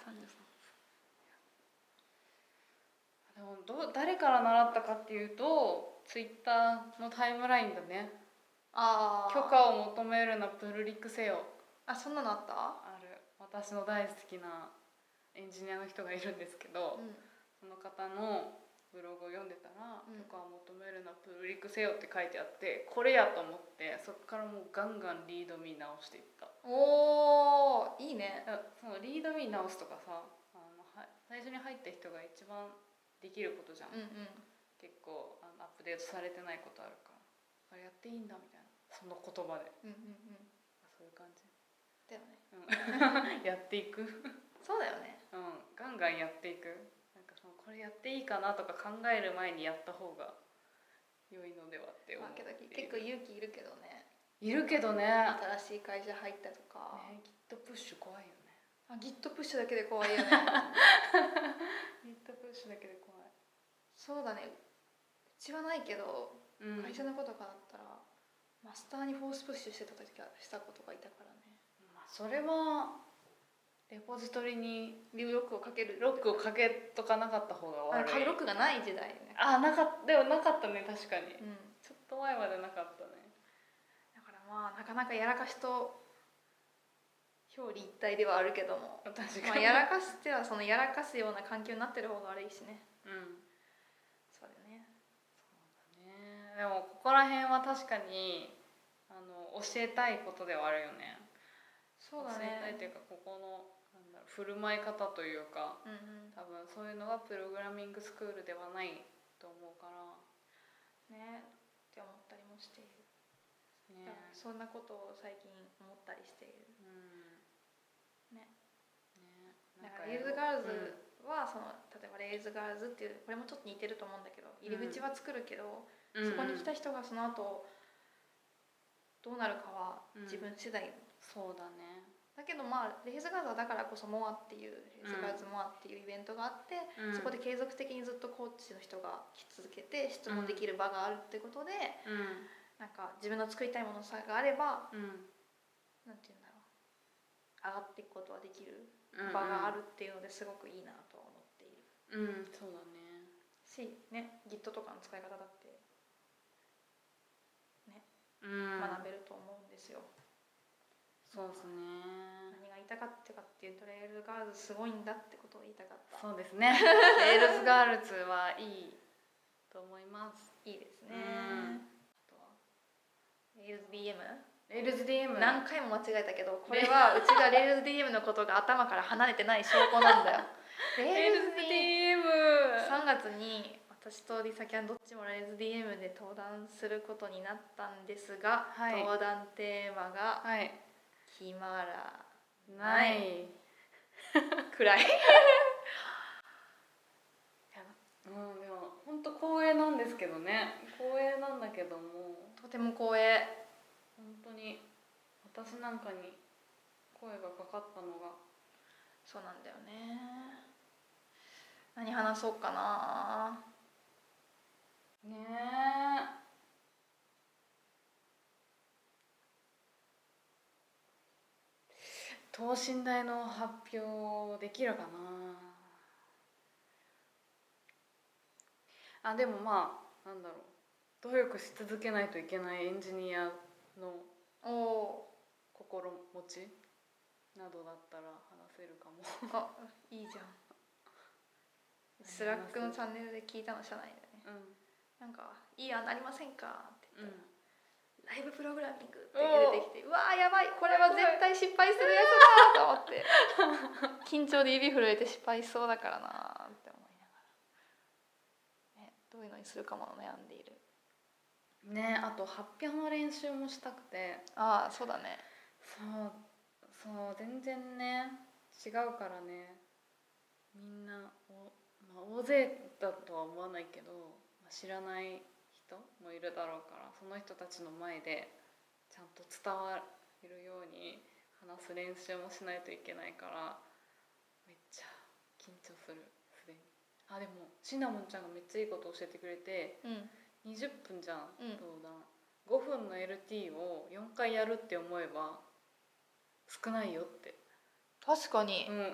でもど誰から習ったかっていうと、ツイッターのタイムラインだね。ああ。許可を求めるなプルリクせよ。 あ、そんなのあった？ ある。私の大好きなエンジニアの人がいるんですけど、うん、その方のブログを読んでたら、うん、許可を求めるなプルリクせよって書いてあって、これやと思って、そこからもうガンガンリードミー直していった。 おー、いいね。 そのリードミー直すとかさ、あのは最初に入った人が一番できることじゃん、 うんうん結構あのアップデートされてないことあるからあれやっていいんだみたいなその言葉で、 うんうんうんそういう感じだよね、 うん、やっていくそうだよね、 うん、ガンガンやっていくなんかそのこれやっていいかなとか考える前にやった方が良いのではって思まあ、 ってけどいる結構勇気いるけどねいるけどね新しい会社入ったとか、 ね Git プッシュ怖いよねあ Git プッシュだけで怖いよね Git プッシュだけで怖いそうだねうちはないけど、 うん、 会社のことかだったらマスターにフォースプッシュしてた時はしたことがいたからね、 まあ、それはレポジトリにリブロックをかけるロックをかけとかなかった方が悪いあロックがない時代ねあなかったでもなかったね確かに、 うん、 ちょっと前までなかったねだからまあなかなかやらかしと表裏一体ではあるけども確かに、 まあ、やらかしてはそのやらかすような環境になってる方が悪いしねうんそうだよねそうだねでもここら辺は確かにあの教えたいことではあるよねそうだね教えたいというかここのなんだろう振る舞い方というか、 うんうん多分そういうのがプログラミングスクールではないと思うからねって思ったりもしている、 ねそんなことを最近思ったりしている、 うんねねだからレイズガールズはその例えばレイズガールズっていうこれもちょっと似てると思うんだけど入り口は作るけど、 うん、 そこに来た人がその後どうなるかは自分次第、 うん、そうだねだけどまあレイズガールズはだからこそモアっていうレイズガールズモアっていうイベントがあって、うん、そこで継続的にずっとコーチの人が来続けて質問できる場があるってことで、 うん、 なんか自分の作りたいものさがあれば、 うん、 なんていうんだろう上がっていくことはできる場があるっていうのですごくいいなとは思っている、 うん、そうだねしね Git とかの使い方だってね、 うん、 学べると思うんですよ。 そうですね何が言いたかったかっていうとレールズガールズすごいんだってことを言いたかった。 そうですねレールズガールズはいいと思います。 いいですね、 うん、 あとはレールズ ディーエムレールズ ディーエム何回も間違えたけどこれはうちがレールズ ディーエム のことが頭から離れてない証拠なんだよレールズ ディーエムさんがつに私とリサキャンどっちもレールズ ディーエム で登壇することになったんですが、はい、登壇テーマが、 はい、 決まらない暗いうん、でも本当光栄なんですけどね光栄なんだけどもとても光栄本当に私なんかに声がかかったのがそうなんだよね何話そうかなねえ等身大の発表できるかなあでもまあなんだろう努力し続けないといけないエンジニアの心持ちなどだったら話せるかもあいいじゃんスラックのチャンネルで聞いたの社内でね、うん、なんかいい案ありませんかって言ったら、うんライブプログラミングって出てきてうわーやばいこれは絶対失敗するやつだと思って緊張で指震えて失敗しそうだからなって思いながら、ね、どういうのにするかも悩んでいるねあと発表の練習もしたくてああそうだねそうそう全然ね違うからねみんなお、まあ、大勢だとは思わないけど、まあ、知らない人もいるだろうからその人たちの前でちゃんと伝わるように話す練習もしないといけないからめっちゃ緊張するすでにあでもシナモンちゃんがめっちゃいいこと教えてくれて、うん、にじゅっぷんじゃん、うん、登壇ごふんの エルティー をよんかいやるって思えば少ないよって確かに、 うん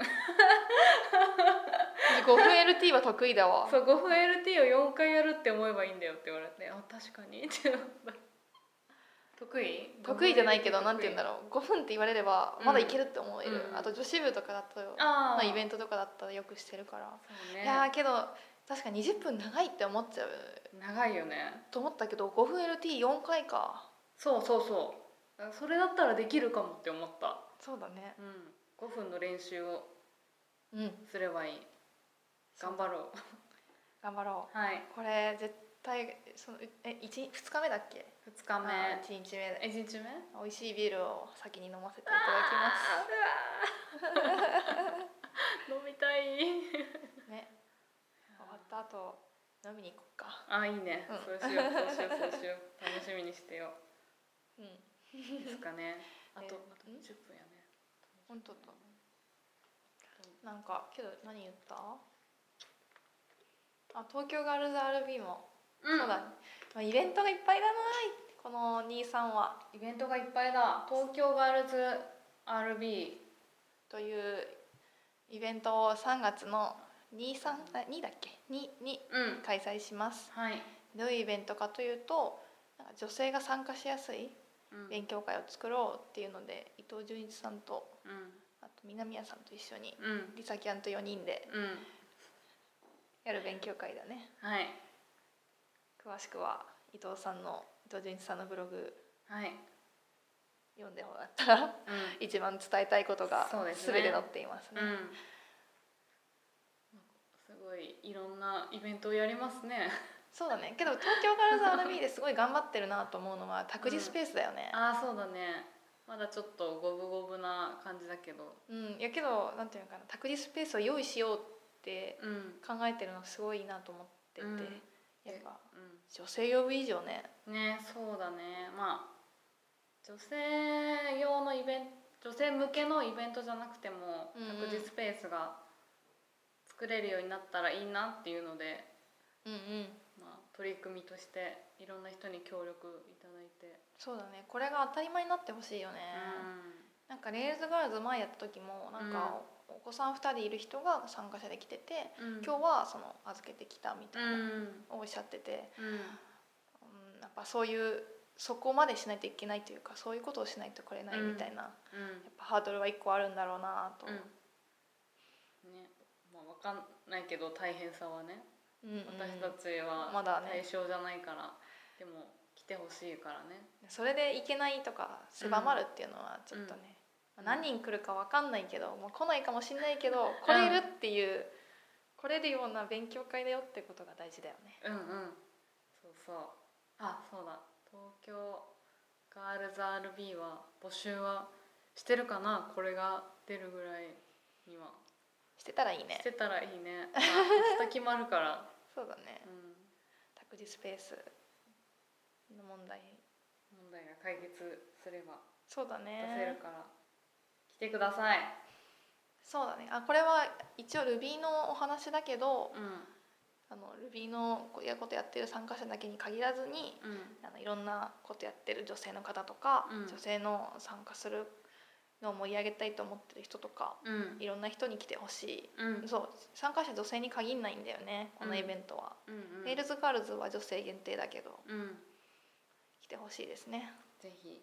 ごふん エルティー は得意だわそうごふん エルティー をよんかいやるって思えばいいんだよって言われてあ確かにってなった得意得意じゃないけどなんて言うんだろうごふんって言われればまだいけるって思える、うん、あと女子部とかだとのイベントとかだったらよくしてるからそう、ね、いやけど確かににじゅっぷん長いって思っちゃう長いよねと思ったけどごふん エルティーよん 回かそうそうそうそれだったらできるかもって思ったそうだね、 うん、ごふんの練習をすればいい、うん、頑張ろう頑張ろう、 はい、 これ絶対そのえいちふつかめだっけ？ ふつかめ、 いちにちめいちにちめ美味しいビールを先に飲ませていただきます飲みたいね、終わった後飲みに行こうか。 あ、いいね、うん、そうしようそうしようそうしよう楽しみにしてようんですかね。あと、 えー、 あとにじゅっぷんやね。 本当と。なんかけど何言った？あ、東京ガールズ アールビー も、うん、そうだね。まあ、イベントがいっぱいだなこのにさんは。 イベントがいっぱいだ。東京ガールズ アールビーというイベントをさんがつのに、さん、にだっけ？にに開催します。 はい。 どういうイベントかというと、なんか女性が参加しやすい勉強会を作ろうっていうので、伊藤純一さんと、うん、あと南谷さんと一緒に、うん、リサキャンとよにんでやる勉強会だね。 はい。 詳しくは伊藤さんの伊藤純一さんのブログ、 はい、 読んでもらったら、うん、一番伝えたいことが全て載っていますね。うん、 すごいいろんなイベントをやりますね。 そうだね。けど東京ガールズ アールビー ですごい頑張ってるなと思うのは託児スペースだよね。 うん、ああそうだね。まだちょっと五分五分な感じだけど。 うん。いやけどなんていうのかな、託児スペースを用意しようって考えてるのすごいいいなと思ってて、うん、やっぱ、うん、女性呼ぶ以上ね。 ね、そうだね。まあ女性用のイベント、女性向けのイベントじゃなくても託児スペースが作れるようになったらいいなっていうので。 うんうん。 まあ、取り組みとしていろんな人に協力いただいて。 そうだね、これが当たり前になってほしいよね。うん、なんかレールズガールズ前やった時もなんかお子さんふたりいる人が参加者で来てて、うん、今日はその預けてきたみたいなのをおっしゃってて、うんうん、やっぱそういうそこまでしないといけないというか、そういうことをしないと来れないみたいな、うんうん、やっぱハードルはいっこあるんだろうなと、うんね、まあ、分かんないけど大変さはね、うんうん、私たちは対象じゃないから、まだね、でも来てほしいからね。 それで行けないとか狭まるっていうのはちょっとね、うん、まあ、何人来るか分かんないけど、もう来ないかもしれないけど来れるっていう、うん、来れるような勉強会だよってことが大事だよね。 うんうん、そうそう。あ、そうだ、東京ガールズ アールビー は募集はしてるかな。これが出るぐらいにはしてたらいいね。 してたらいいね。明日決まるからそうだね、うん、託児スペースの問題問題が解決すればそうだね出せるから来てください。 そうだね。あ、これは一応 Ruby のお話だけど、うん、あの Ruby のことやってる参加者だけに限らずに、うん、あのいろんなことやってる女性の方とか、うん、女性の参加するのを盛り上げたいと思ってる人とか、うん、いろんな人に来てほしい、うん、そう参加者女性に限んないんだよね、このイベントは。レールズガールズは女性限定だけど、うん、来てほしいですね。 ぜひ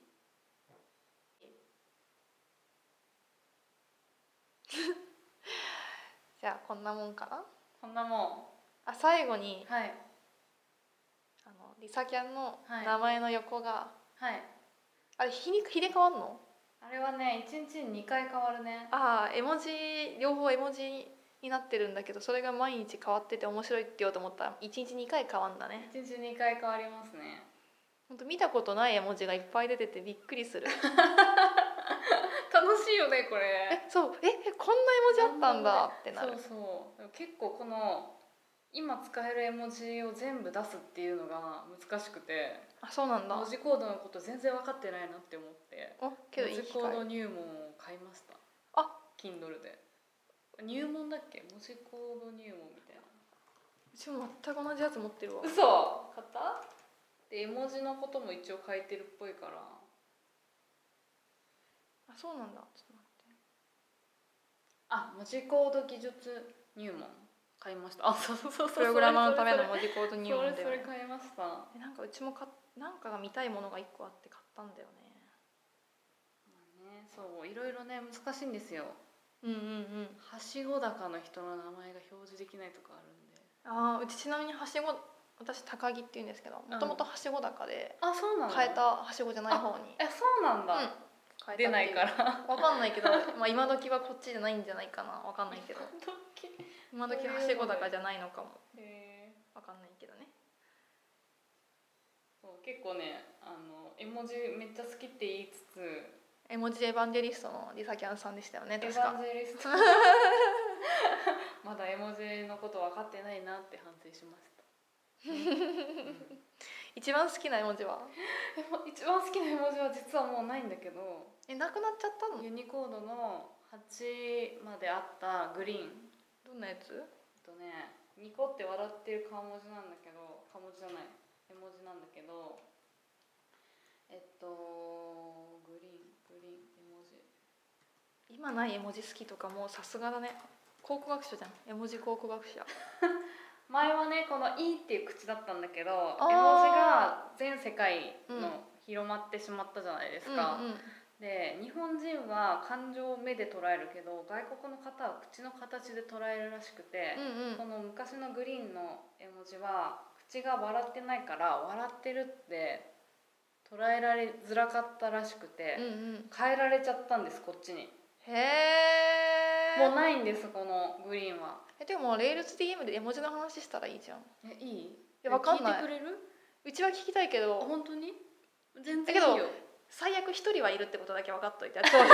じゃあこんなもんかな。 こんなもん。 あ、最後に、 はい、 あのリサキャンの名前の横が、 はい、 あれ日に日で変わんの？ あれはね、いちにちににかい変わるね。 ああ、絵文字両方絵文字になってるんだけど、それが毎日変わってて面白いって言おうと思ったらいちにちにかい変わんだね。 いちにちにかい変わりますね。 ほんと見たことない絵文字がいっぱい出ててびっくりする。 楽しいよねこれ。 え、そう、え、こんな絵文字あったんだってなる。 そうそう。結構この今使える絵文字を全部出すっていうのが難しくて。 あ、そうなんだ。 文字コードのこと全然分かってないなって思って。 あ、けどいい文字コード入門を買いました。 あ、 Kindle で。入門だっけ？文字コード入門みたいな。 うちも全く同じやつ持ってるわ。 嘘？買った？で絵文字のことも一応書いてるっぽいから。 あ、そうなんだ。ちょっと待って。 あ、文字コード技術入門買いました。あ、そうそうそうそう。 プログラマーのための文字コード入門で。それそれ買いました。 え、なんかうちもかなんかが見たいものが一個あって買ったんだよね。 まあね、そういろいろね難しいんですよ。 うんうんうん。 はしご高の人の名前が表示できないとかあるんで。 ああ、うちちなみにはしご、私高木って言うんですけど、もともとはしご高で、 うん、あ、そうなんだ。 変えたはしごじゃない方に。 え、そうなんだ。うん、 変えたっていう出ないからわかんないけど、まあ、今時はこっちじゃないんじゃないかな、わかんないけど今時はしご高じゃないのかも、 へーわかんないけどね。 そう結構ねあの絵文字めっちゃ好きって言いつつ絵文字エヴァンジェリストのリサキャンさんでしたよね、 エヴ確か。 ァンジェリストまだ絵文字のこと分かってないなって反省しました、ねうん、 一番好きな絵文字は？ 一番好きな絵文字は実はもうないんだけど、 え、なくなっちゃったの？ ユニコードのはちまであったグリーン、 どんなやつ？ えっとねニコって笑ってる顔文字なんだけど、顔文字じゃない絵文字なんだけど、えっとグリーングリーン絵文字、 今ない絵文字好きとかもうさすがだね。考古学者じゃん、絵文字考古学者。 前はねこの「い」っていう口だったんだけど、 あー絵文字が全世界うんの広まってしまったじゃないですか、 うんうん、 で日本人は感情を目で捉えるけど外国の方は口の形で捉えるらしくて、 うんうん、 この昔のグリーンの絵文字は口が笑ってないから笑ってるって捉えられづらかったらしくて、 うんうん、 変えられちゃったんですこっちに。 へえ。 もうないんですこのグリーンは。 え、でもレールズ ディーエム で絵文字の話したらいいじゃん。 えいい？ いやわかんない。 聞いてくれる？ うちは聞きたいけど。 本当に？全然いいよ。 最悪一人はいるってことだけ分かっといて。 そうだ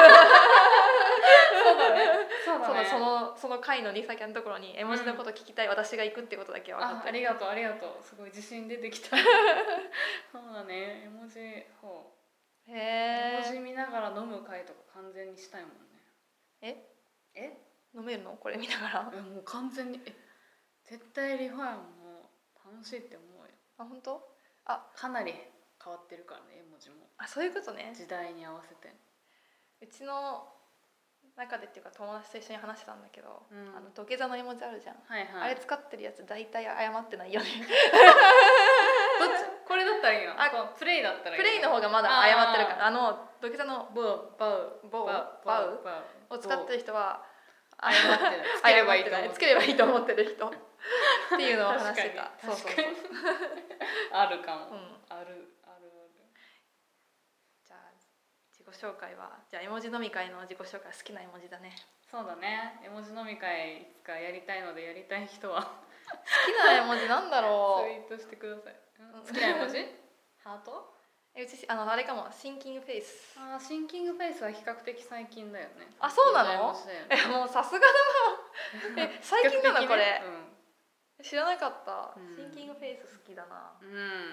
ね。そうだね。 そのそのその回のリサキャンのところに絵文字のこと聞きたい、うん、私が行くってことだけ分かっといて。 あ、ありがとうありがとう。すごい自信出てきた。そうだね。絵文字ほう。へえ。絵文字見ながら飲む回とか完全にしたいもんね。え？え？ 飲めるのこれ見ながら？ えもう完全にえ絶対リファイアも楽しいって思うよ。 あ、本当？あ、 かなり変わってるからね絵文字も。 あ、そういうことね。 時代に合わせて。 うちの中でっていうか友達と一緒に話してたんだけど、うん、あの土下座の絵文字あるじゃん、 はいはい、 あれ使ってるやつ大体謝ってないよね。 どっち？これだったらいいの？あ、プレイだったらいいの？ プレイの方がまだ謝ってるから、あの土下座のボウバウボウバウを使ってる人は謝ってない。つければいいと思ってつければいいと思ってる人っていうのを話してた。 そうそうそうあるかも、うん、あるあるある。 じゃあ自己紹介はじゃあ絵文字飲み会の自己紹介好きな絵文字だね。 そうだね。絵文字飲み会いつかやりたいのでやりたい人は好きな絵文字なんだろう。 ツイートしてください。好きな絵文字？ハート？ えうちあのあれかもシンキングフェイス。 ああシンキングフェイスは比較的最近だよね。 あ、そうなの？えもうさすがだな。え最近なのこれ、うん、知らなかった、うん、シンキングフェイス好きだな。うん。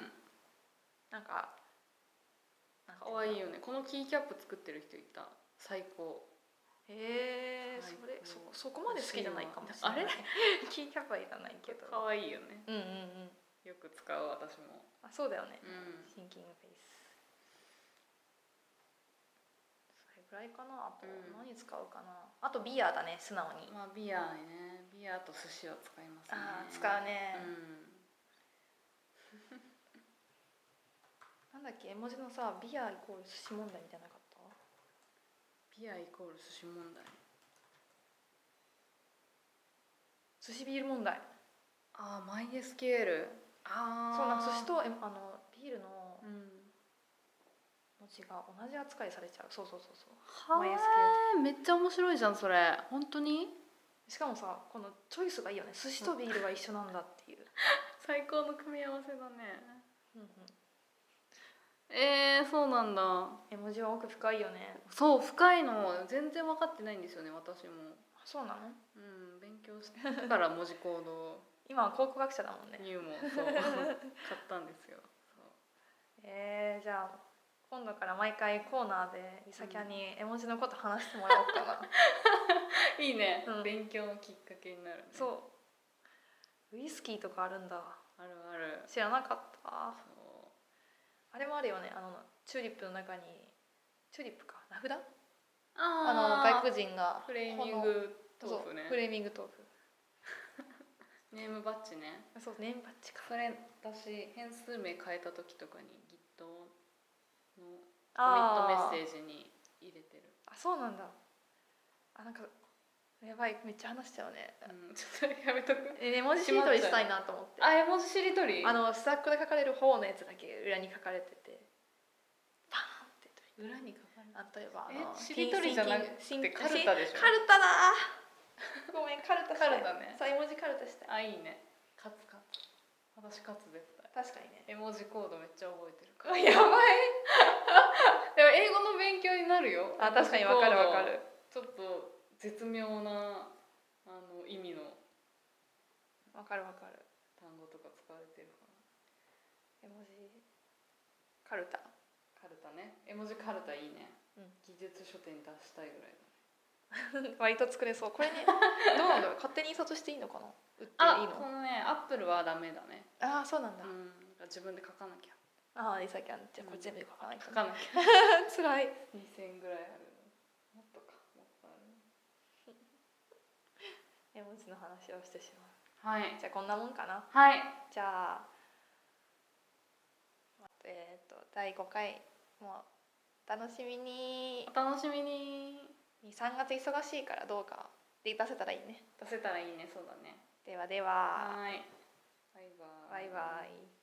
なんかかわいいよね。このキーキャップ作ってる人いた。最高。 へえ、それ そ, そこまで好きじゃないかもしれない。あれキーキャップはいらないけど。 かわいいよね。 うんうんうん。 よく使う私も。 あ、そうだよね。 うん、 シンキングフェイス。それぐらいかな。あと何使うかな。あとビアだね、素直に。 まあビアね、ビアと寿司を使いますね。 あ、使うね。うん。なんだっけ、絵文字のさ、ビアイコール寿司問題みたいなかった？ ビアイコール寿司問題。 寿司ビール問題。 ああ、マイエスキューエル。ああ。 そうなん、寿司とえあのビールの文字が同じ扱いされちゃう。そうそうそうそう。 マイエスキューエル。めっちゃ面白いじゃんそれ。本当に？ しかもさ、このチョイスがいいよね。寿司とビールが一緒なんだっていう。 最高の組み合わせだね。うんうん。えー、そうなんだ。 絵文字は奥深いよね。 そう、深いの全然分かってないんですよね、私も。 そうなの？ うん、勉強してから文字コード今は考古学者だもんね。 入門そう買ったんですよ。そうえー、じゃあ今度から毎回コーナーでリサキャンに絵文字のこと話してもらおうかな。 いいね、うん、勉強のきっかけになるね。 そう、ウイスキーとかあるんだ。 あるある。 知らなかった。そうあれもあるよね、あのチューリップの中にチューリップか名札、ああの外国人がフレーミング豆腐ね。 フレーミング豆腐ネームバッジね。 そうネームバッジか。 それ私変数名変えた時とかに Git のコミットメッセージに入れてる。 あ、そうなんだ。あ、なんかやばい、めっちゃ話しちゃうね。 うん、ちょっとやめとく。 え、絵文字しりとりしたいなと思って。 あ、絵文字しりとり。 あのスタックで書かれる方のやつだけ裏に書かれてて、パーンって裏に書かれ例えばあえのしりとりじゃなくてシンキングカルタでしょカルタだーごめんカルタしたいカルタねそう絵文字カルタしたいあいいねカツカツ私カツ絶対確かにね絵文字コードめっちゃ覚えてるからやばいでも英語の勉強になるよあ確かにわかるわかるちょっと絶妙なあの意味のわかるわかる単語とか使われてるか絵文字カルタらカルタね絵文字カルタいいね、 うん、 技術書店に出したいぐらいだね割と作れそうこれねどうなんだろう勝手に印刷していいのかな売っていいあのこのねアップルはダメだねああそうなんだ、 うん自分で書かなきゃああリサキャンじゃあこれ全部書かないと、 書かなきゃつらいにせんえんぐらいあるもっとかもっとある絵文字の話をしてしまうはいじゃあこんなもんかなはいじゃあえっ、ー、とだいごかいもお楽しみにお楽しみにさんがつ忙しいからどうかで出せたらいいね出せたらいいねそうだねではでははいバイバイバイバイ